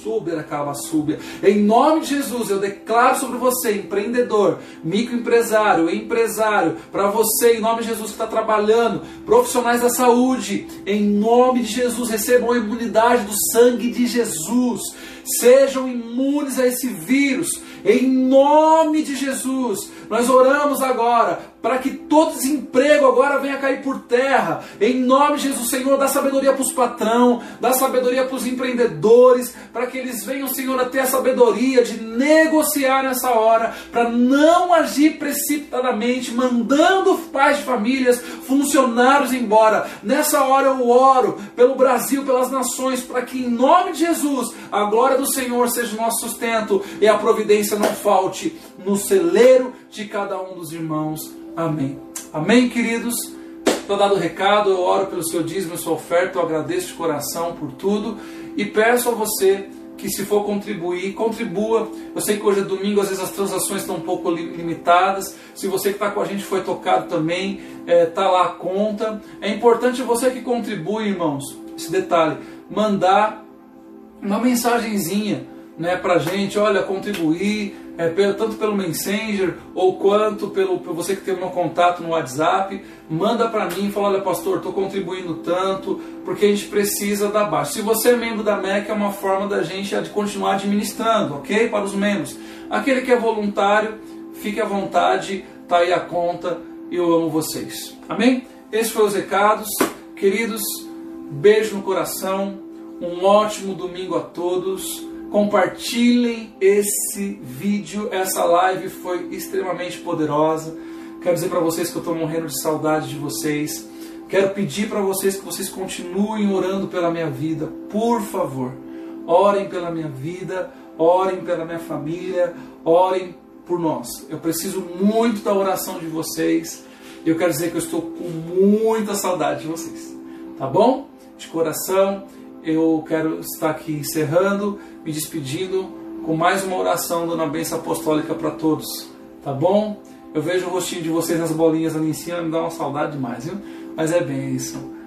Em nome de Jesus, eu declaro sobre você, empreendedor, microempresário, empresário, para você, em nome de Jesus que está trabalhando, profissionais da saúde, em nome de Jesus, recebam a imunidade do sangue de Jesus. Sejam imunes a esse vírus. Em nome de Jesus, nós oramos agora para que todo desemprego agora venha cair por terra. Em nome de Jesus, Senhor, dá sabedoria para os patrão, dá sabedoria para os empreendedores, para que eles venham, Senhor, a ter a sabedoria de negociar nessa hora, para não agir precipitadamente, mandando pais de famílias, funcionários embora. Nessa hora eu oro pelo Brasil, pelas nações, para que em nome de Jesus, a glória do Senhor seja o nosso sustento e a providência não falte no celeiro de cada um dos irmãos. Amém. Amém, queridos? Estou dado o recado, eu oro pelo seu dízimo e sua oferta, eu agradeço de coração por tudo e peço a você que, se for contribuir, contribua. Eu sei que hoje é domingo, às vezes as transações estão um pouco limitadas. Se você que está com a gente foi tocado também, está lá a conta. É importante você que contribui, irmãos, esse detalhe, mandar uma mensagenzinha, né, para a gente, olha, contribuir, tanto pelo Messenger ou quanto pelo você que tem o meu contato no WhatsApp, manda para mim e fala, olha pastor, estou contribuindo tanto, porque a gente precisa da baixa. Se você é membro da MEC, é uma forma da gente de continuar administrando, ok? Para os membros. Aquele que é voluntário, fique à vontade, tá aí a conta, e eu amo vocês. Amém? Esses foram os recados. Queridos, beijo no coração, um ótimo domingo a todos. Compartilhem esse vídeo, essa live foi extremamente poderosa. Quero dizer para vocês que eu estou morrendo de saudade de vocês. Quero pedir para vocês que vocês continuem orando pela minha vida, por favor. Orem pela minha vida, orem pela minha família, orem por nós. Eu preciso muito da oração de vocês. Eu quero dizer que eu estou com muita saudade de vocês. Tá bom? De coração. Eu quero estar aqui encerrando, me despedindo com mais uma oração dando a bênção apostólica para todos, tá bom? Eu vejo o rostinho de vocês nas bolinhas ali em cima, me dá uma saudade demais, viu? Mas é bênção.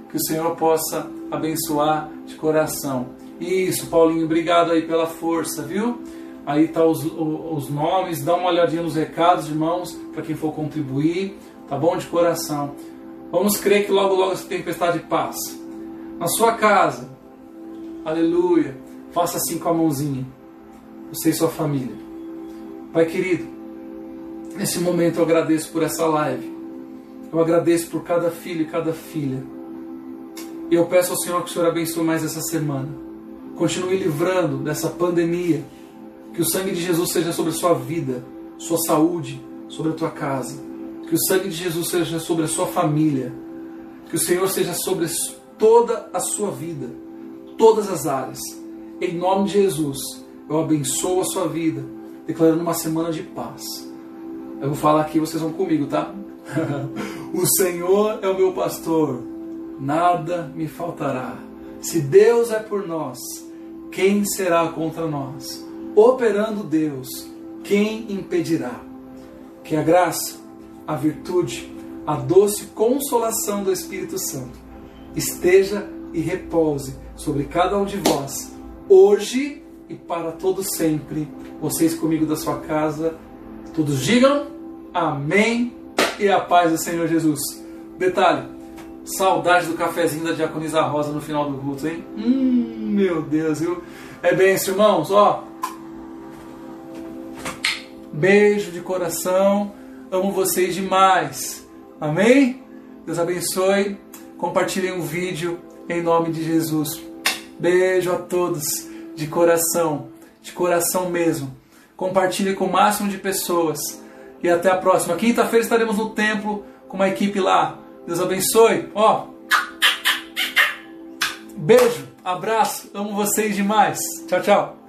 Que o Senhor possa abençoar de coração. Isso, Paulinho, obrigado aí pela força, viu? Aí tá os nomes, dá uma olhadinha nos recados, irmãos, para quem for contribuir, tá bom? De coração. Vamos crer que logo, logo essa tempestade passa. Na sua casa, aleluia, faça assim com a mãozinha, você e sua família. Pai querido, nesse momento eu agradeço por essa live, eu agradeço por cada filho e cada filha. E eu peço ao Senhor que o Senhor abençoe mais essa semana. Continue livrando dessa pandemia. Que o sangue de Jesus seja sobre a sua vida, sua saúde, sobre a tua casa. Que o sangue de Jesus seja sobre a sua família. Que o Senhor seja sobre toda a sua vida, todas as áreas. Em nome de Jesus, eu abençoo a sua vida, declarando uma semana de paz. Eu vou falar aqui, vocês vão comigo, tá? O Senhor é o meu pastor, nada me faltará. Se Deus é por nós, quem será contra nós? Operando Deus, quem impedirá? Que a graça, a virtude, a doce consolação do Espírito Santo esteja e repouse sobre cada um de vós, hoje e para todo sempre. Vocês comigo da sua casa, todos digam amém e a paz do Senhor Jesus. Detalhe, saudade do cafezinho da Diaconisa Rosa no final do culto, hein? Meu Deus, viu? É bênção, irmãos, ó. Beijo de coração, amo vocês demais. Amém? Deus abençoe. Compartilhem o vídeo em nome de Jesus. Beijo a todos de coração mesmo. Compartilhe com o máximo de pessoas. E até a próxima. Quinta-feira estaremos no templo com uma equipe lá. Deus abençoe. Ó. Beijo, abraço, amo vocês demais. Tchau, tchau.